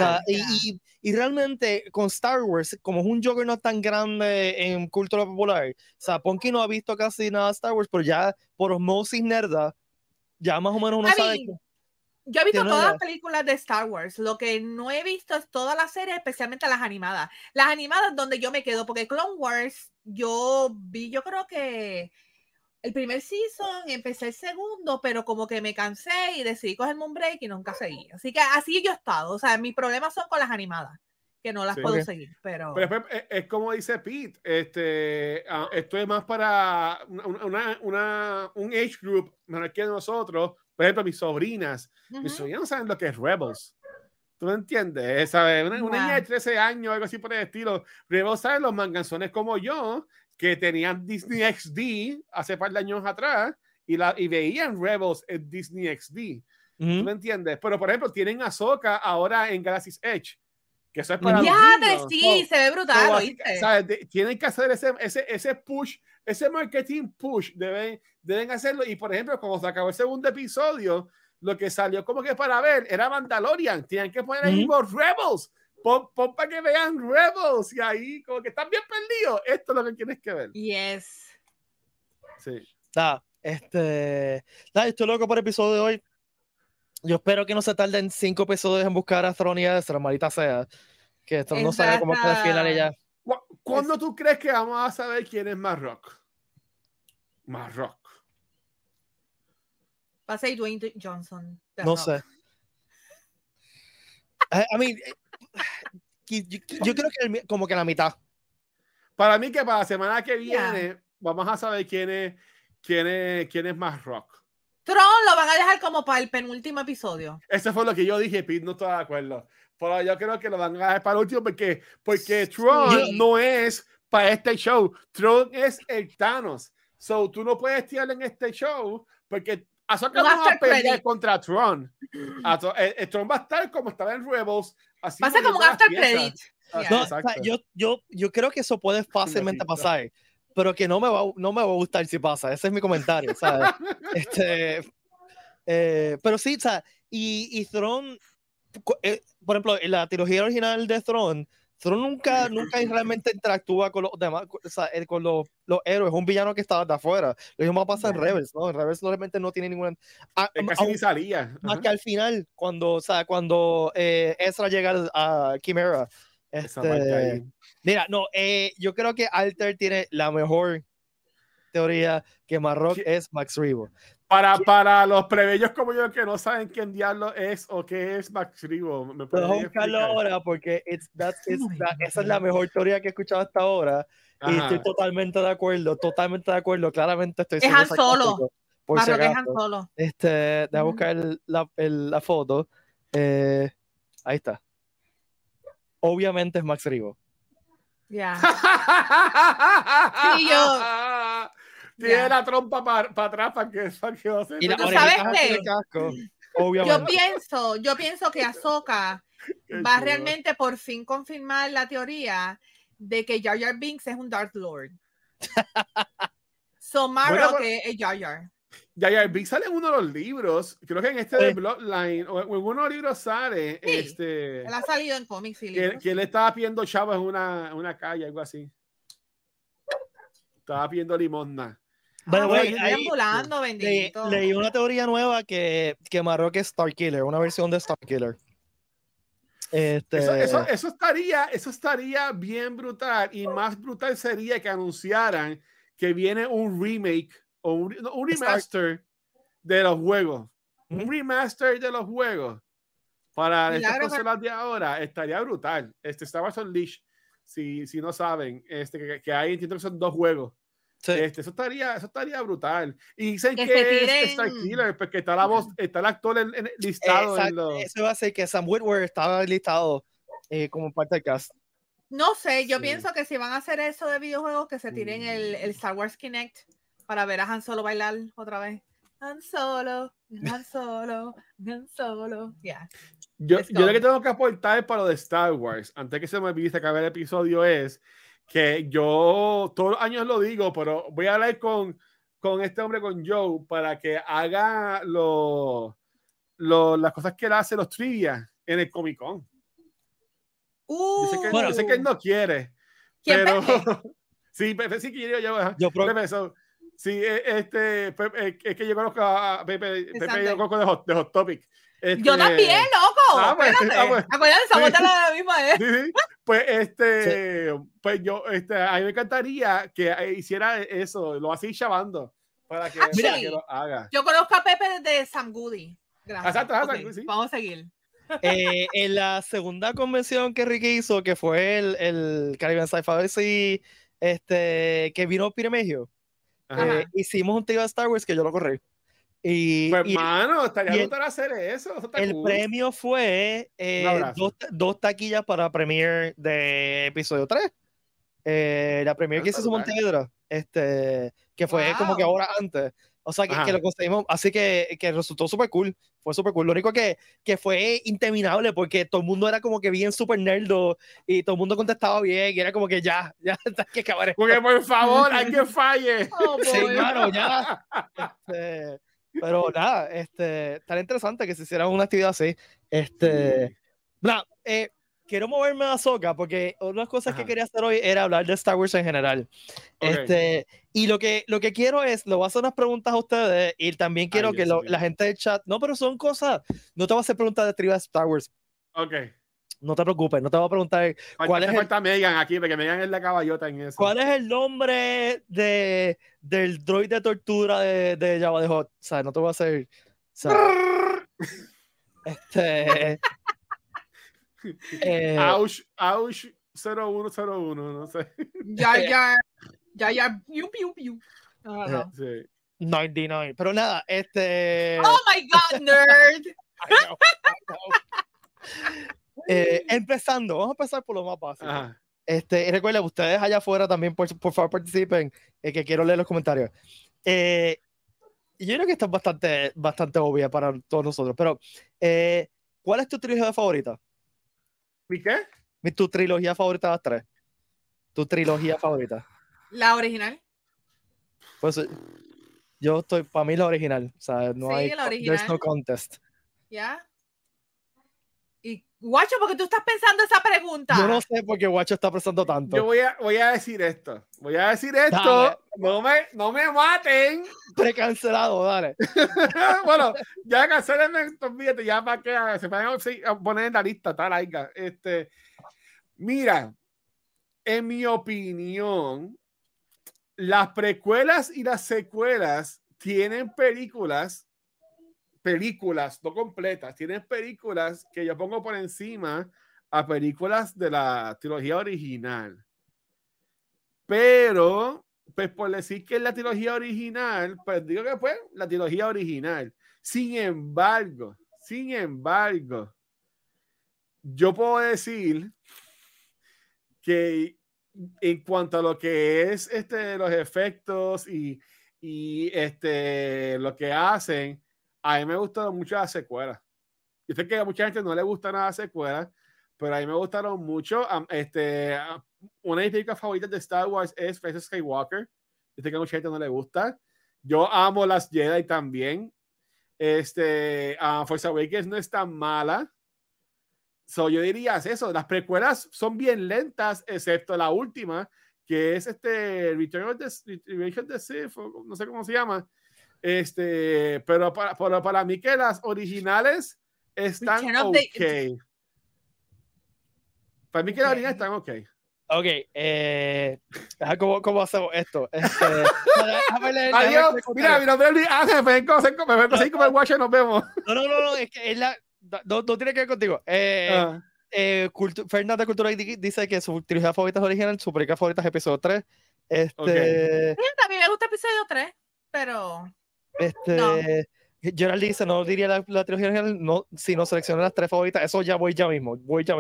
Y realmente con Star Wars, como es un juggernaut tan grande en cultura popular, o sea, Ponky no ha visto casi nada de Star Wars, pero ya por osmosis nerda, ya más o menos uno sabe que... Yo he visto todas las películas de Star Wars. Lo que no he visto es todas las series, especialmente las animadas. Las animadas donde yo me quedo, porque Clone Wars yo creo que el primer season, empecé el segundo, pero como que me cansé y decidí cogerme un break y nunca seguí. Así que así yo he estado. O sea, mis problemas son con las animadas, que no las puedo seguir. Pero es como dice Pete, esto es más para un age group menor que nosotros. Por ejemplo, mis sobrinas no saben lo que es Rebels. ¿Tú me entiendes? ¿Sabes? Una niña de 13 años, algo así por el estilo. Rebels, ¿sabes? Los manganzones como yo, que tenían Disney XD hace par de años atrás y veían Rebels en Disney XD. ¿Tú me entiendes? Pero, por ejemplo, tienen Ahsoka ahora en Galaxy's Edge. Que eso es para los niños. Sí, se ve brutal, ¿oíste? ¿Sabes? Tienen que hacer ese push, ese marketing push, deben hacerlo. Y por ejemplo, cuando se acabó el segundo episodio, lo que salió como que para ver era Mandalorian. Tienen que poner ahí mismo Rebels. Pon para que vean Rebels. Y ahí como que están bien perdidos. Esto es lo que tienes que ver. Yes. Sí. Estoy loco por el episodio de hoy. Yo espero que no se tarden 5 episodios en buscar a Thrawn y a Ezra, maldita sea. Que esto no sabe cómo queda el final ya. ¿Cuándo tú crees que vamos a saber quién es Marrock? Marrock. Va a ser Dwayne Johnson. No sé. I mean, yo creo que como que la mitad. Para mí que para la semana que viene vamos a saber quién es Marrock. Tron lo van a dejar como para el penúltimo episodio. Eso fue lo que yo dije, Pete, no estoy de acuerdo. Pero yo creo que lo van a dejar para el último porque Tron no es para este show. Tron es el Thanos. So, tú no puedes tirarle en este show porque Ahsoka no va a pelear contra Tron. Tron va a estar como estaba en Rebels. Así pasa como un after credit. Yo creo que eso puede fácilmente pasar. Pero que no me va a gustar si pasa. Ese es mi comentario, ¿sabes? Pero sí, ¿sabes? Y Thrawn, por ejemplo, en la trilogía original de Thrawn nunca realmente interactúa con los demás, o sea, con los héroes. Es un villano que estaba de afuera. Lo mismo pasa en Rebels, ¿no? En Rebels realmente no tiene ninguna... casi ni salía. Más que al final, cuando Ezra llega a Chimera. Mira, no, yo creo que Alter tiene la mejor teoría que Marrock es Max Rebo. Para los plebeyos como yo que no saben quién diablo es o qué es Max Rebo, ¿me puedes buscarlo ahora? Porque esa es la mejor teoría que he escuchado hasta ahora. Y estoy totalmente de acuerdo. Claramente estoy siendo Han Solo. Por si acaso. Es Han Solo. Deja buscar la foto. Ahí está. Obviamente es Max Rebo. Ya. Sí, yo. Tiene la trompa para atrás para que va a ser. ¿Tú sabes qué? Yo pienso que Ahsoka va realmente por fin confirmar la teoría de que Jar Jar Binks es un Dark Lord. Marrock es Jar Jar. Jar Jar Binks sale en uno de los libros, creo que en de Bloodline o en uno de los libros sale. Sí, él ha salido en cómics y libros. Que él estaba pidiendo chavos en una calle, algo así. Estaba pidiendo limosna. volando, bendito. Leí una teoría nueva que Marrock es Starkiller, una versión de Starkiller. Eso estaría bien brutal, y más brutal sería que anunciaran que viene un remake o un remaster de los juegos. Un remaster de los juegos para estas consolas de ahora estaría brutal. Star Wars Unleashed, si no saben, que hay, entiendo que son 2 juegos. Sí. Eso estaría brutal. Y dicen que es Starkiller, porque está la voz, está el actor listado. Eso va a ser que Sam Witwer estaba listado como parte del cast. No sé, yo pienso que si van a hacer eso de videojuegos, que se tiren el Star Wars Kinect para ver a Han Solo bailar otra vez. Han Solo, yeah. Yo lo que tengo que aportar para lo de Star Wars, antes que se me olvide acabar el episodio, es que yo todos los años lo digo, pero voy a hablar con este hombre, con Joe, para que haga las cosas que él hace, los trivia en el Comic Con. Yo sé que él no quiere, pero sí, quiero yo. Sí, es que yo conozco a Pepe yo conozco de Hot Topic. Yo también, loco. Acuérdate, estamos de la misma vez. Sí. Pues yo, a mí me encantaría que hiciera eso, lo así chavando, para que lo haga. Yo conozco a Pepe desde Sam Goody. Gracias. Exacto, sí. Vamos a seguir. En la segunda convención que Ricky hizo, que fue el Caribbean Sci-Fi, que vino Peter Mejio, hicimos un tío de Star Wars que yo lo corrí. Pues, hermano, estaría brutal hacer eso. El premio fue 2 taquillas para premiere de episodio 3. La premiere que hizo Montevideo, que fue como que ahora antes. O sea, que lo conseguimos, así que resultó súper cool. Fue súper cool. Lo único que fue interminable porque todo el mundo era como que bien súper nerdo y todo el mundo contestaba bien y era como que ya hay que acabar esto. Porque por favor, hay que falle. Sí, claro, ya. Pero nada, tan interesante que se hiciera una actividad así. Quiero moverme a Ahsoka porque una de las cosas que quería hacer hoy era hablar de Star Wars en general. Y lo que quiero es, le voy a hacer unas preguntas a ustedes y también quiero que la gente del chat, no, pero son cosas, no te voy a hacer preguntas de trivia de Star Wars. No te preocupes, no te voy a preguntar cuál es falta Megan aquí, porque Megan es la caballota en eso. ¿Cuál es el nombre del droid de tortura de Jabba the Hutt? O sea, no te voy a hacer... Aush 0101, no sé. Ya, piu, piu, piu. Sí. 99, pero nada, Oh my God, nerd. I know. Empezando, vamos a empezar por lo más básico. Y recuerden, ustedes allá afuera también, por favor, participen, que quiero leer los comentarios. Yo creo que esto es bastante obvia para todos nosotros, pero ¿cuál es tu trilogía favorita? ¿Mi qué? Tu trilogía favorita de las 3. ¿Tu trilogía favorita? La original. Pues yo estoy, para mí la original. O sea, no hay, la original. There's no contest. ¿Ya? Y Guacho, ¿por qué tú estás pensando esa pregunta? Yo no sé por qué Guacho está pensando tanto. Yo voy a decir esto. Dale. No me maten. Precancelado, dale. Bueno, ya cancelenme estos billetes, ya para que se vayan a poner en la lista, tal, laica. Mira, en mi opinión, las precuelas y las secuelas tienen películas, no completas, tienen películas que yo pongo por encima a películas de la trilogía original. Pero, pues por decir que es la trilogía original, pues digo que fue la trilogía original. Sin embargo, yo puedo decir que en cuanto a lo que es los efectos y lo que hacen, a mí me gustaron mucho las secuelas. Yo sé que a mucha gente no le gustan las secuelas, pero a mí me gustaron mucho. Una de mis películas favoritas de Star Wars es Rise of Skywalker. Yo sé que a mucha gente no le gusta. Yo amo las Jedi también. Force Awakens no es tan mala. Yo diría eso. Las precuelas son bien lentas, excepto la última, que es Return of the Sith, no sé cómo se llama, pero para mí que las originales están ok. Para mí que las originales están ok. Ok, ¿cómo hacemos esto? Adiós, mira, mi nombre es Luis Ángel, me ven con el Watcher, nos vemos. No, es que no tiene que ver contigo. Fernanda de Cultura dice que su trilogía favorita es original, su película favorita es episodio 3. A mí me gusta episodio 3, pero no. Gerald dice, no diría la trilogía original, no, si no selecciona las 3 favoritas, eso ya voy ya mismo.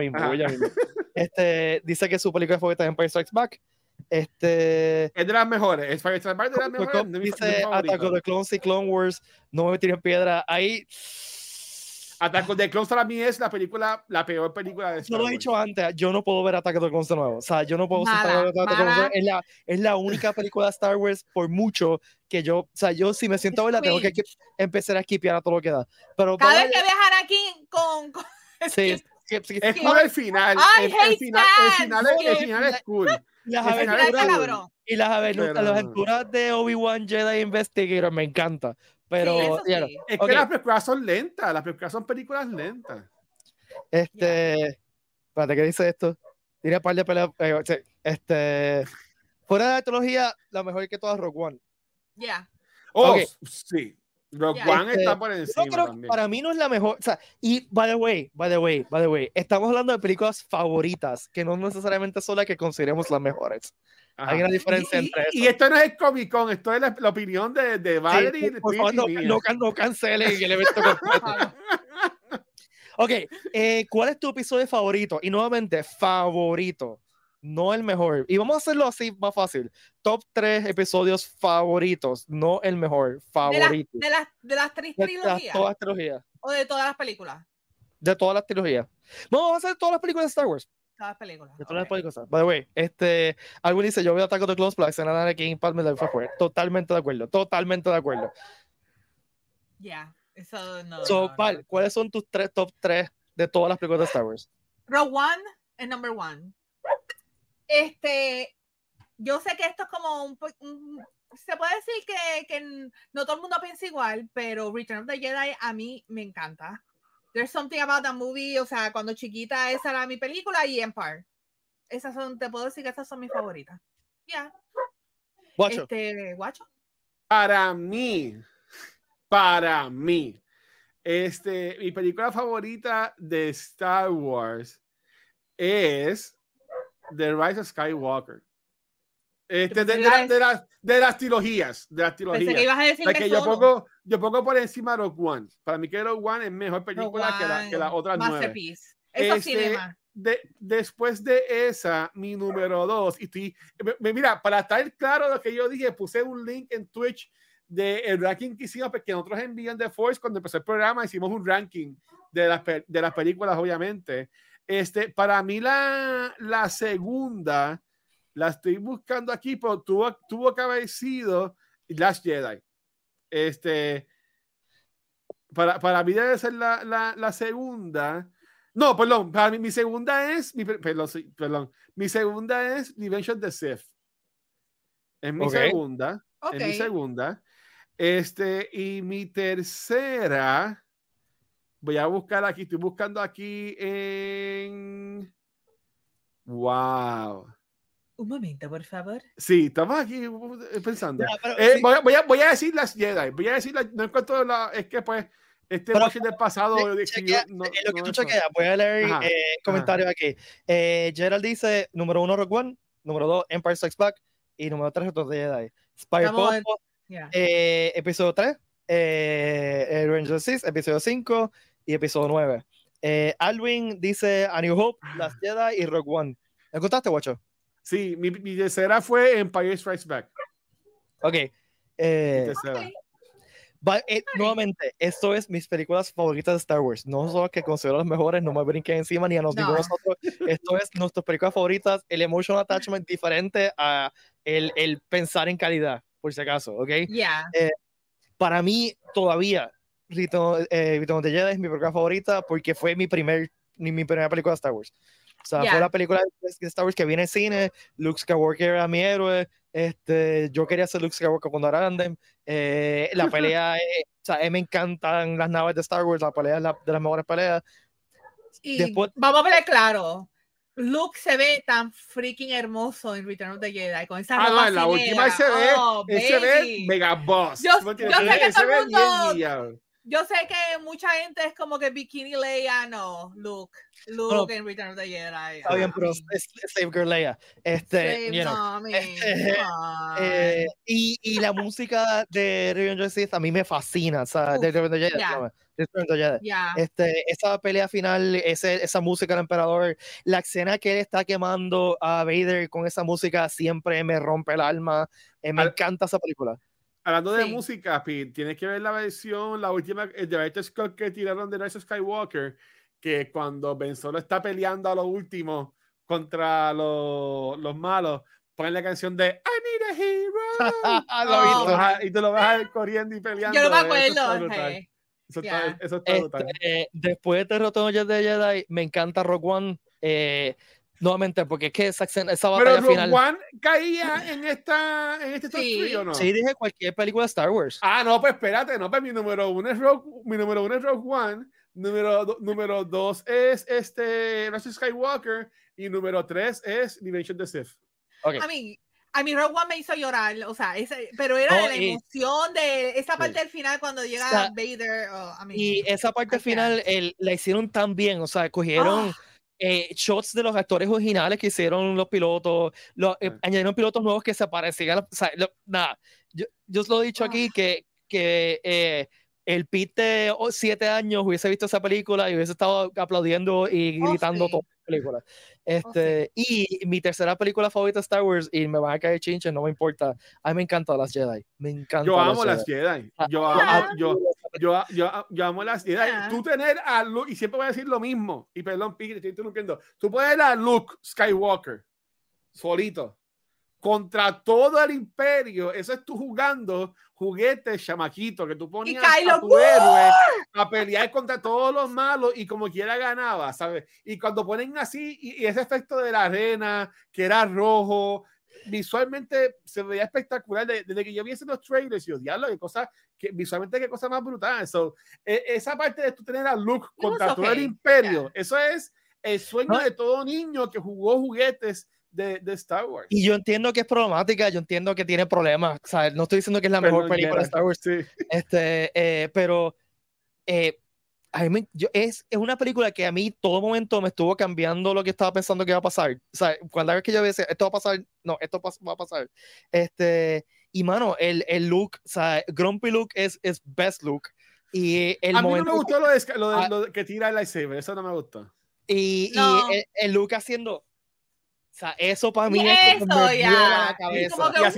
Dice que su película favorita es Empire Strikes Back. Es de las mejores. Empire Strikes Back es de las mejores. Dice Attack of the Clones y Clone Wars. No me tiren piedra. Ahí. Attack of the Clones para mí es la peor película de Star Wars. Yo lo he dicho antes, yo no puedo ver Attack of the Clones de nuevo. O sea, yo no puedo sentar Attack of the Clones. Es la única película de Star Wars por mucho que yo si me siento a verla, tengo que empezar a skipear a todo lo que da. Pero cada vez que viajar aquí con sí. Es cool el final. El final es cool. Y las aventuras de Obi-Wan Jedi Investigator me encanta. Pero es que las películas son lentas. Las películas son películas lentas. Espérate, ¿qué dice esto? Tiene un par de peleas. Fuera de la trilogía, la mejor que todas, Rogue One. Sí. Rogue One está por encima. También. Para mí no es la mejor. O sea, y by the way, estamos hablando de películas favoritas, que no necesariamente son las que consideremos las mejores. Ajá. Hay una diferencia entre eso. Y esto no es el Comic Con, esto es la opinión de Valerie. Sí, por favor, no cancelen el evento completo. Ok, ¿cuál es tu episodio favorito? Y nuevamente, favorito, no el mejor. Y vamos a hacerlo así más fácil. Top 3 episodios favoritos, no el mejor, favorito. ¿De las 3 trilogías? De todas las trilogías. ¿O de todas las películas? De todas las trilogías. No, vamos a hacer todas las películas de Star Wars. Todas las películas. De todas las películas. By the way, algo dice, yo veo Attack of the Clones, pero la escena de Anakin Padme fue fuerte. Totalmente de acuerdo. Ya, eso no. Val, ¿cuáles son tus top 3 de todas las películas de Star Wars? Rogue One es number 1. Yo sé que esto es como se puede decir que no todo el mundo piensa igual, pero Return of the Jedi a mí me encanta. There's something about that movie, o sea, cuando chiquita esa era mi película, y Empire. Te puedo decir que esas son mis favoritas. Ya. Guacho. Guacho. Para mí, mi película favorita de Star Wars es The Rise of Skywalker. De las trilogías. Pensé que ibas a decir que yo pongo por encima Rogue One. Para mí que Rogue One es mejor película que la otra 9. Masterpiece. Eso cinema. Después de esa, mi número 2, mira, para estar claro lo que yo dije, puse un link en Twitch del ranking que hicimos, porque nosotros en Beyond the Force, cuando empezó el programa, hicimos un ranking de las películas, obviamente. Para mí la segunda, la estoy buscando aquí, pero tuvo que haber sido Last Jedi. Para mí debe ser la segunda. No, perdón, para mí mi segunda es mi segunda es Revenge of the Sith. Es mi segunda. Es mi segunda. Y mi tercera, voy a buscar aquí, estoy buscando aquí en wow. Un momento, por favor. Sí, estamos aquí pensando. Sí. Voy a decir las Jedi. No encuentro es que pues watch del pasado. Lo que tú chequeas, voy a leer comentarios aquí. Gerald dice: número 1, Rogue One. Número 2, Empire Strikes Back. Y número 3, Return of the Jedi. Spire Popo, episodio 3. Revenge of the Sith, episodio 5. Y episodio 9. Alwin dice: A New Hope, Last Jedi y Rogue One. ¿Me contaste, Guacho? Sí, mi tercera fue Empire Strikes Back. Ok. Nuevamente, esto es mis películas favoritas de Star Wars. No son las que considero las mejores, no me brinquen encima ni a nosotros. Esto es nuestras películas favoritas, el emotional attachment diferente a el pensar en calidad, por si acaso, ¿ok? Para mí, todavía, Return of the Jedi es mi película favorita porque fue mi primera película de Star Wars. O sea, fue la película de Star Wars que viene en cine. Luke Skywalker era mi héroe. Yo quería ser Luke Skywalker cuando era grande. La pelea, o sea, me encantan las naves de Star Wars. La pelea es de las mejores peleas. Y después, vamos a ver claro. Luke se ve tan freaking hermoso en Return of the Jedi con esa ropa en la última se ve mega boss. Yo sé que todo el mundo, yo sé que mucha gente es como que Bikini Leia, no, Luke en Return of the Jedi. Está bien, pero es Save Girl Leia. Y la música de Revenge of the Sith a mí me fascina, o sea, de Revenge of the Jedi. Esa pelea final, esa música del emperador, la escena que él está quemando a Vader con esa música siempre me rompe el alma. Me encanta esa película. Hablando de música, Pete, tienes que ver la versión, la última de Director Scott que tiraron de Rise of Skywalker, que cuando Ben Solo está peleando a lo último contra los malos, ponen la canción de I Need a Hero. Y tú lo vas corriendo y peleando. Yo no me acuerdo. Eso está brutal. Después de Return of the Jedi, me encanta Rogue One. Nuevamente, porque es que esa batalla final. ¿Pero Rogue One caía en este top 3 o no? Sí, dije cualquier película de Star Wars. No, pues espérate, no, pues mi número uno es Rogue One, número 2 es Rise of Skywalker y número 3 es Revenge of the Sith. Okay. A mí Rogue One me hizo llorar, o sea, pero era de la emoción de esa parte del final cuando llega Vader. Y esa parte final la hicieron tan bien, o sea, cogieron shots de los actores originales que hicieron los pilotos, añadieron pilotos nuevos que se parecían, o sea, nada, yo os lo he dicho aquí que el Pete de 7 años hubiese visto esa película y hubiese estado aplaudiendo y gritando toda la película. Y mi tercera película favorita de Star Wars, y me van a caer chinches, no me importa, a mí me encantan las Jedi, yo amo las Jedi, yo amo las Jedi. Tú tener a Luke, y siempre voy a decir lo mismo, y perdón, Pete, estoy interrumpiendo, tú puedes ver a Luke Skywalker solito contra todo el imperio. Eso es tú jugando juguetes chamaquito que tú ponías a tu héroe a pelear contra todos los malos y como quiera ganaba, ¿sabes? Y cuando ponen así y ese efecto de la arena que era rojo, visualmente se veía espectacular. Desde que yo vi esos trailers, yo diablo, visualmente qué cosa más brutal. Esa parte de tú tener a Luke contra todo el imperio, eso es el sueño de todo niño que jugó juguetes de Star Wars. Y yo entiendo que es problemática, yo entiendo que tiene problemas, o sea, no estoy diciendo que es la mejor película de Star Wars, pero es una película que a mí todo momento me estuvo cambiando lo que estaba pensando que iba a pasar. O sea, cuando vez que yo decía, esto va a pasar, no, esto va a pasar. Y mano, el look, o sea, Grumpy Luke es best look. Y a mí no me gustó lo que tira el lightsaber, eso no me gustó. Y el look haciendo, o sea, eso para mí es me vuela la cabeza. Y así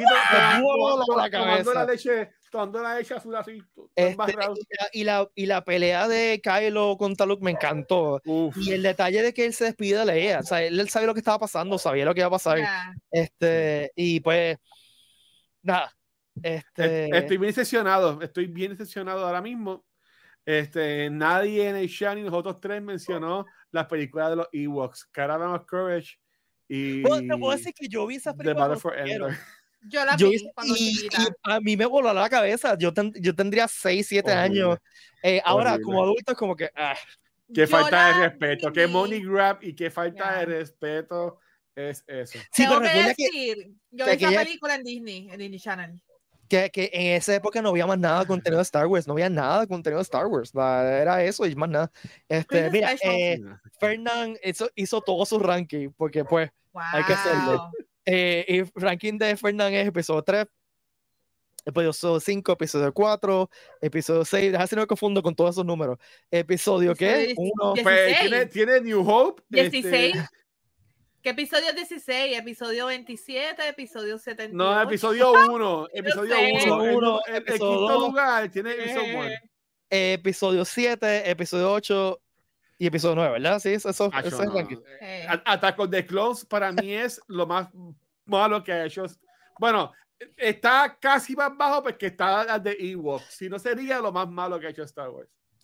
tomando la leche azul así. Y la pelea de Kylo contra Luke me encantó. Y el detalle de que él se despide de Leia, o sea, él sabía lo que estaba pasando, sabía lo que iba a pasar. Y pues nada. Estoy bien decepcionado ahora mismo. Nadie en el show ni nosotros tres mencionó las películas de los Ewoks, Caravan of Courage y te puedo decir que yo vi esas películas. Yo la vi y a mí me voló la cabeza. Yo tendría 6, 7 años. Ahora, como adulto, es como que qué falta de respeto, qué money grab y qué falta de respeto es eso. Sí, pero recuerda yo vi esa película en Disney Channel. Que en esa época no había más nada de contenido de Star Wars, no había nada de contenido de Star Wars, era eso y más nada. Mira, Fernand hizo todo su ranking, porque pues hay que hacerlo. Y el ranking de Fernand es episodio 3, episodio 5, episodio 4, episodio 6, déjame si no me confundo con todos esos números. Episodio ¿qué? 1. Pues, tiene New Hope. 16. ¿Qué episodio 16? Episodio 27, episodio 78. No, episodio 1. Episodio 1. El quinto lugar tiene episodio 1. Episodio 7, episodio 8 y episodio 9, ¿verdad? Sí, eso es el ranking. Attack of the Clones para mí es lo más malo que ha hecho. Bueno, está casi más bajo porque está de Ewok. Si no, sería lo más malo que ha hecho Star Wars.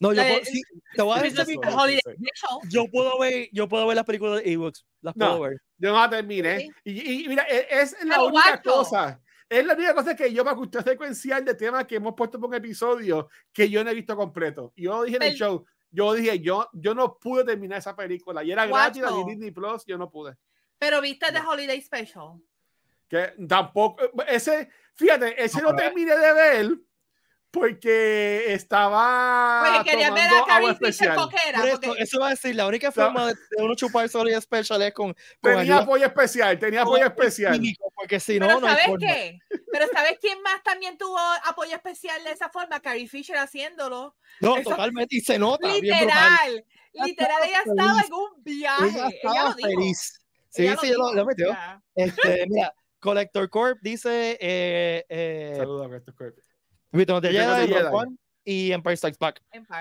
No, sí, te voy a decir yo puedo ver las películas de Ewoks, las puedo ver. Yo no la terminé. Y mira, es la única cosa. Es la única cosa que yo me gustó secuencial de temas que hemos puesto por un episodio que yo no he visto completo. Yo dije en el show, yo no pude terminar esa película. Y era gratis de Disney Plus, yo no pude. Pero viste The Holiday Special. Que tampoco, fíjate, no terminé de ver porque estaba quería ver a Carrie Fisher coquera. Eso va a decir, la única forma de uno chupar Holiday Special es con tenía apoyo especial, porque si no, no hay forma. Pero ¿sabes quién más también tuvo apoyo especial de esa forma? Carrie Fisher haciéndolo. No, totalmente, y se nota. Literal, ella estaba en un viaje. Ella lo dijo. Feliz. Sí, ella lo metió. Mira, Collector Corp dice saludos a Collector Corp. Return of the Jedi y Empire Strikes Back.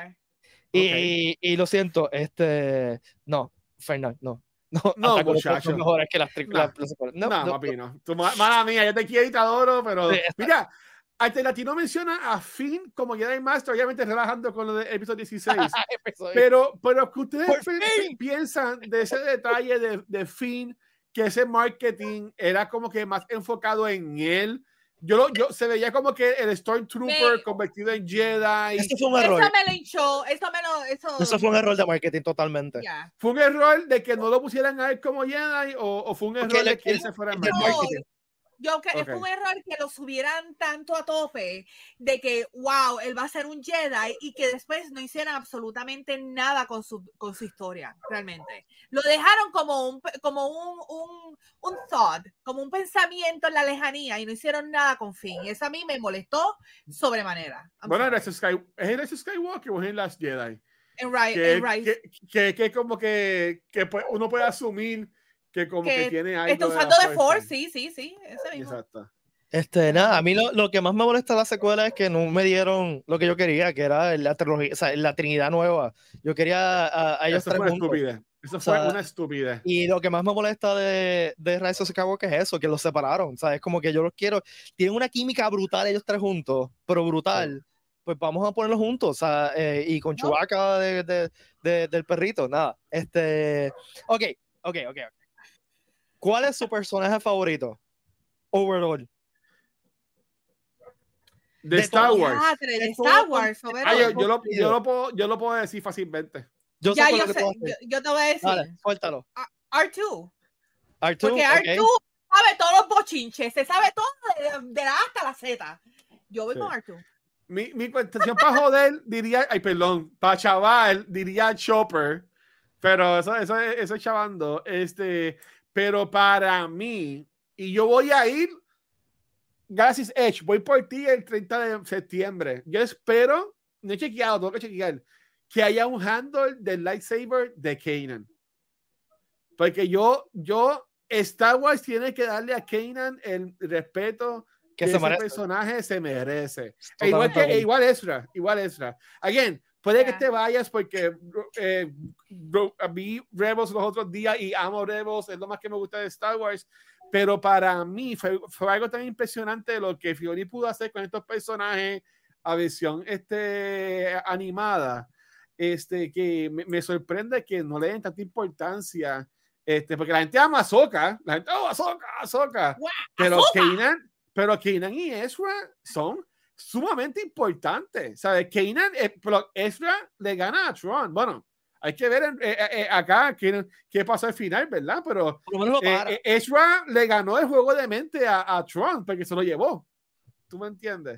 Y lo siento, no, Fernand, no, muchacho. Mejores que las no, papi, no. Mala mía, yo te quiero y te adoro, pero mira, Latino menciona a Finn como Jedi Master, obviamente relajando con lo del episodio 16. pero que ustedes piensan de ese detalle de Finn, que ese marketing era como que más enfocado en él. Yo se veía como que el Stormtrooper convertido en Jedi. Eso fue un error. Eso me lo hinchó. Eso fue un error de marketing totalmente. Yeah. ¿Fue un error de que no lo pusieran a él como Jedi o fue un error de que él se fuera en marketing? Fue un error que lo subieran tanto a tope de que, wow, él va a ser un Jedi y que después no hicieran absolutamente nada con su historia, realmente. Lo dejaron como un thought, como un pensamiento en la lejanía y no hicieron nada con Finn. Y eso a mí me molestó sobremanera. Bueno, ¿es el Skywalker o es el Last Jedi? En Rise. Que como que uno puede asumir que como que tiene algo está usando de Force, sí, ese mismo. Exacto. Nada, a mí lo que más me molesta de la secuela es que no me dieron lo que yo quería, que era la trilogía, o sea, la Trinidad nueva. Yo quería a ellos tres juntos. Eso fue una estupidez. Y lo que más me molesta de Rise of Skywalker es eso, que los separaron. O sea, es como que yo los quiero. Tienen una química brutal ellos tres juntos, pero brutal. Sí. Pues vamos a ponerlos juntos, o sea, y con Chewbacca del perrito, nada. Ok. ¿Cuál es su personaje favorito? Overall. De Star Wars. De Star Wars. Yo lo puedo decir fácilmente. Yo te voy a decir. Dale, suéltalo. R2. Porque R2 sabe todos los bochinches, se sabe todo de la A hasta la Z. Yo voy con R2. Mi cuestión para joder diría, para chaval diría Chopper, pero eso es chavando. Pero para mí, y yo voy a ir, Galaxy's Edge, voy por ti el 30 de septiembre. Yo espero, no he chequeado, tengo que chequear, que haya un handle del lightsaber de Kanan. Porque Star Wars tiene que darle a Kanan el respeto que ese personaje se merece. Igual Ezra. Again, puede que te vayas porque vi Rebels los otros días y amo Rebels, es lo más que me gusta de Star Wars, pero para mí fue algo tan impresionante lo que Filoni pudo hacer con estos personajes a versión animada, que me sorprende que no le den tanta importancia, porque la gente ama a Ahsoka, Ahsoka, pero Kanan y Ezra son sumamente importantes, ¿sabes? Pero Ezra le gana a Tron. Bueno, hay que ver acá qué pasó al final, ¿verdad? Pero Ezra le ganó el juego de mente a Tron porque se lo llevó. ¿Tú me entiendes?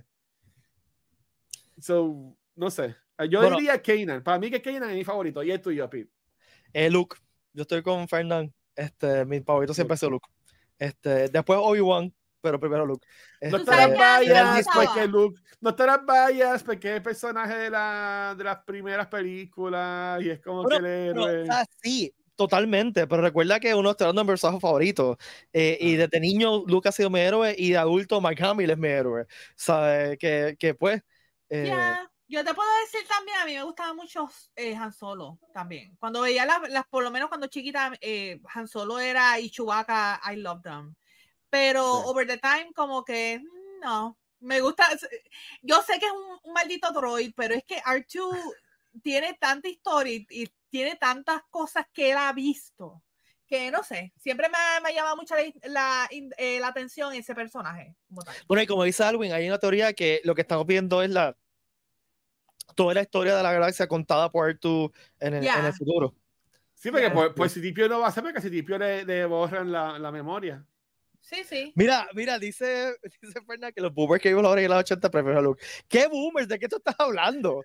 No sé. Yo diría Kanan. Para mí que Kanan es mi favorito. Y es tuyo, Pete. Luke. Yo estoy con Fernand. Mi favorito siempre ha sido Luke. Después Obi-Wan, pero primero Luke. No estarás bias porque Luke. No estarás bias porque es el personaje de las primeras películas y es como que el héroe. Sí, totalmente. Pero recuerda que uno está hablando de personajes favoritos. Y desde niño Luke ha sido mi héroe y de adulto Mark Hamill es mi héroe. ¿Sabes? Que pues. Yo te puedo decir también, a mí me gustaba mucho Han Solo también. Cuando veía por lo menos cuando chiquita, Han Solo era y Chewbacca, I love them. Pero over the time, como que no, me gusta. Yo sé que es un maldito droid, pero es que R2 tiene tanta historia y tiene tantas cosas que él ha visto que no sé, siempre me ha llamado mucho la atención ese personaje. Bueno, y como dice Alwin, hay una teoría que lo que estamos viendo es toda la historia de la galaxia contada por R2 en el futuro. Sí, porque pues Citripio no va a saber que a Citripio le borran la memoria. Sí. Mira, dice Fernan que los boomers que vimos ahora en los 80 prefieren a Luke. ¿Qué boomers? ¿De qué tú estás hablando?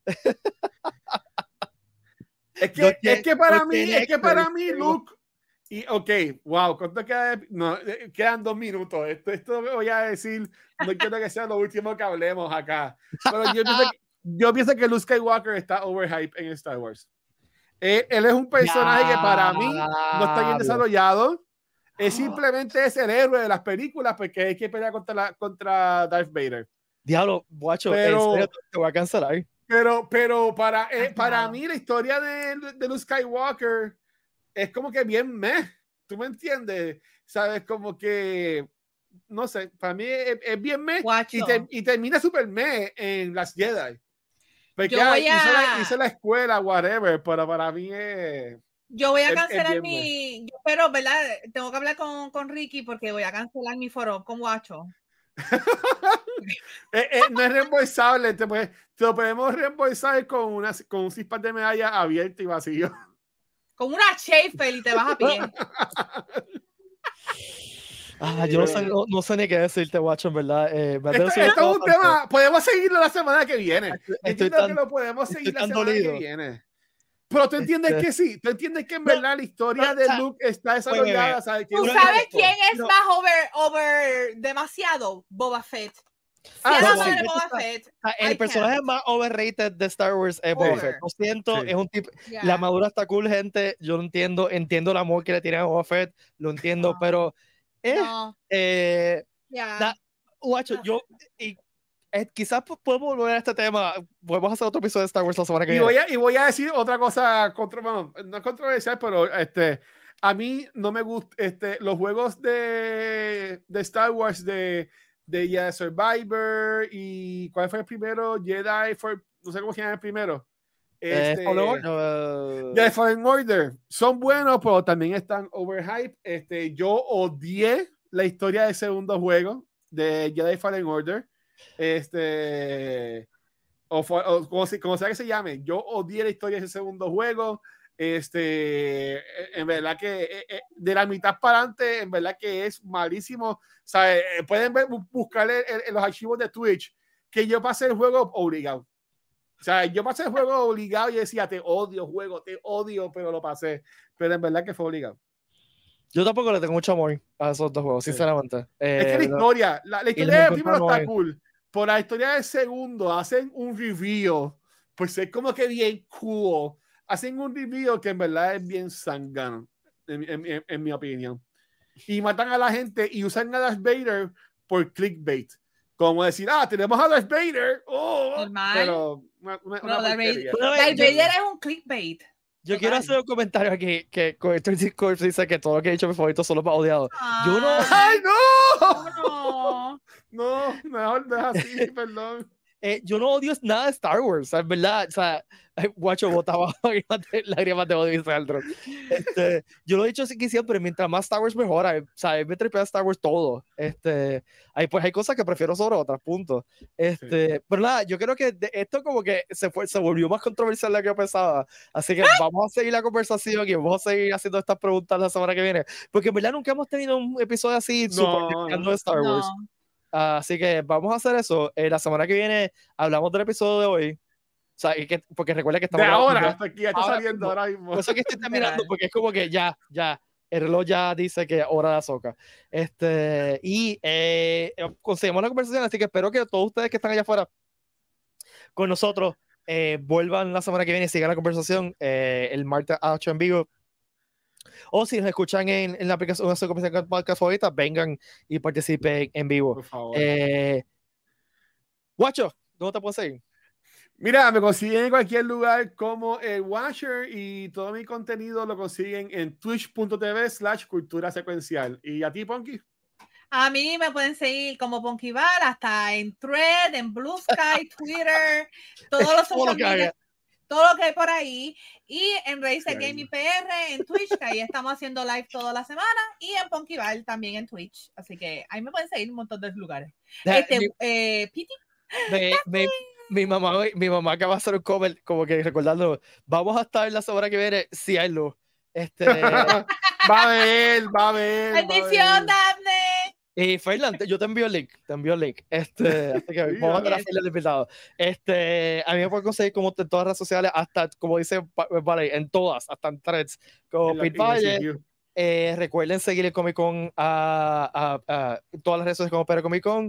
Es que para mí, Luke. Y wow, ¿cuánto queda? No, quedan 2 minutos. Esto me voy a decir, no quiero que sea lo último que hablemos acá. Pero yo pienso que Luke Skywalker está overhyped en Star Wars. Él es un personaje que para mí no está bien desarrollado. Es simplemente es el héroe de las películas porque hay que pelear contra Darth Vader. Diablo, guacho, te voy a cancelar. Pero para mí la historia de Luke Skywalker es como que bien ¿tú me entiendes? Sabes, como que no sé, para mí es bien y termina super en las Jedi. Porque hice la escuela, whatever, pero para mí es... Yo voy a cancelar pero, ¿verdad? Tengo que hablar con Ricky porque voy a cancelar mi foro con Guacho. No es reembolsable, te lo podemos reembolsar con un cispa de medalla abierto y vacío. Con una Schaefer y te vas a pie. Yo no sé ni qué decirte, Guacho, en verdad. Esto es un tema, podemos seguirlo la semana que viene. Entiendo que lo podemos seguir la semana que viene. Pero tú entiendes que sí, tú entiendes que en verdad la historia de Luke está desarrollada. ¿Tú sabes quién es más demasiado? Boba Fett. Boba Fett. El personaje más overrated de Star Wars es Boba Fett. Lo siento, es un tipo. La armadura está cool, gente. Yo lo entiendo el amor que le tiene a Boba Fett, lo entiendo, pero guacho, quizás podemos volver a este tema. Podemos hacer otro episodio de Star Wars la semana que viene. Y voy a decir otra cosa, no es controversial, pero a mí no me gusta los juegos de Star Wars de Jedi Survivor y ¿cuál fue el primero? no sé cómo se llama el primero. Jedi Fallen Order. Son buenos, pero también están overhyped. Yo odié la historia del segundo juego de Jedi Fallen Order. Como sea que se llame, yo odié la historia de ese segundo juego. En verdad que de la mitad para adelante, en verdad que es malísimo. O sea, pueden buscar en los archivos de Twitch que yo pasé el juego obligado. O sea, yo pasé el juego obligado y decía, te odio, pero lo pasé. Pero en verdad que fue obligado. Yo tampoco le tengo mucho amor a esos dos juegos, sinceramente. Es que la historia del primero está cool. Por la historia del segundo, hacen un review, pues es como que bien cool. Hacen un review que en verdad es bien sangano, en mi opinión. Y matan a la gente y usan a Darth Vader por clickbait. Como decir, tenemos a Darth Vader. Pero Darth Vader es un clickbait. Yo quiero hacer un comentario aquí que con esto dice que todo lo que he dicho mi favorito son los más odiados. Yo no. ¡Ay, no! No, mejor no es así, perdón. Yo no odio nada de Star Wars, ¿sabes? ¿Verdad? O sea, guacho, botaba lágrimas de odio, dice Aldron. Yo lo he dicho así que siempre, mientras más Star Wars mejora, o sea, me tripea Star Wars todo. Hay cosas que prefiero sobre otras, punto. Pero nada, yo creo que esto como que se volvió más controversial de lo que yo pensaba. Así que vamos a seguir la conversación y vamos a seguir haciendo estas preguntas la semana que viene. Porque en verdad nunca hemos tenido un episodio así súper de Star Wars. Así que vamos a hacer eso. La semana que viene hablamos del episodio de hoy. O sea, porque recuerda que estamos... De ahora, hasta aquí ya está saliendo ahora mismo. Por eso que estoy terminando, porque es como que ya, el reloj ya dice que hora de Ahsoka. Y conseguimos la conversación, así que espero que todos ustedes que están allá afuera con nosotros vuelvan la semana que viene y sigan la conversación el martes a 8 en vivo. O si nos escuchan en la aplicación de su podcast favorita, vengan y participen en vivo. Por favor. Guacho, ¿dónde te puedes seguir? Mira, me consiguen en cualquier lugar como el Watcher y todo mi contenido lo consiguen en twitch.tv/cultura secuencial. ¿Y a ti, Ponky? A mí me pueden seguir como Ponkyval, hasta en Thread, en Blue Sky, Twitter, todos los social media. todo lo que hay por ahí, y en Razer Gaming PR en Twitch, que ahí estamos haciendo live toda la semana, y en Punky Bar también en Twitch, así que ahí me pueden seguir en un montón de lugares. Piti. Mi mamá acaba de hacer un comment como que recordando, vamos a estar la semana que viene si hay luz. Va a ver. Bendición, Daphne. Y Ferland, yo te envío el link, así que vamos a mandar a Ferland invitado. A mí me pueden conseguir como en todas las redes sociales, hasta como dice Vale, en todas, hasta en Threads, como Pete Valle. Recuerden seguir el Comic Con a todas las redes sociales como Pero Comic Con.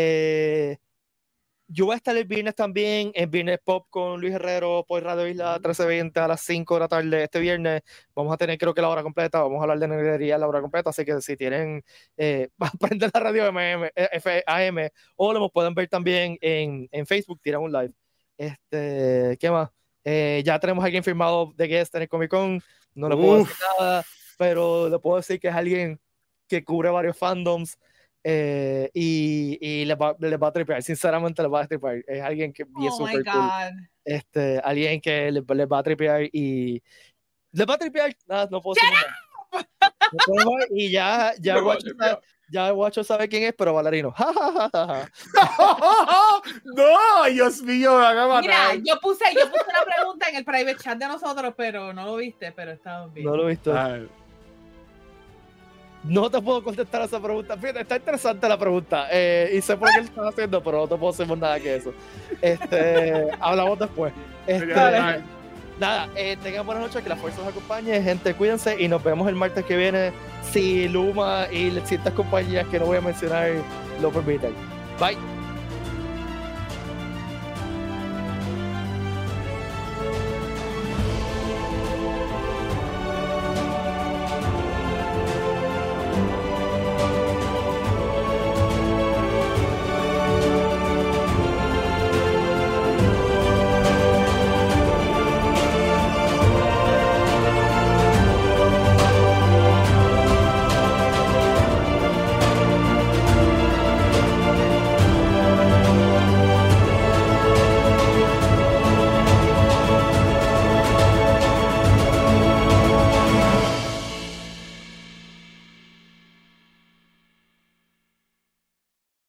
Yo voy a estar el viernes también, en Viernes Pop con Luis Herrero por Radio Isla 1320 a las 5 de la tarde este viernes. Vamos a tener creo que la hora completa, vamos a hablar de negrería la hora completa, así que si tienen, prender la radio AM o lo pueden ver también en Facebook, tiran un live. ¿Qué más? Ya tenemos a alguien firmado de guest en el Comic Con, no le puedo decir nada, pero le puedo decir que es alguien que cubre varios fandoms. Y les va a tripear, sinceramente les va a tripear. Es alguien que es super cool. Alguien que les va a tripear y les va a tripear. Nada, no puedo decir nada. Y ya Guacho sabe quién es, pero Valerino. No, Dios mío, me van a matar. Mira, yo puse una pregunta en el private chat de nosotros, pero no lo viste, pero estaba bien. No lo viste. No te puedo contestar a esa pregunta. Fíjate, está interesante la pregunta. Y sé por qué lo estás haciendo, pero no te puedo decir más nada que eso. Hablamos después. Nada, tengan buenas noches, que la fuerza os acompañe. Gente, cuídense y nos vemos el martes que viene. Si Luma y ciertas compañías que no voy a mencionar lo permiten. Bye.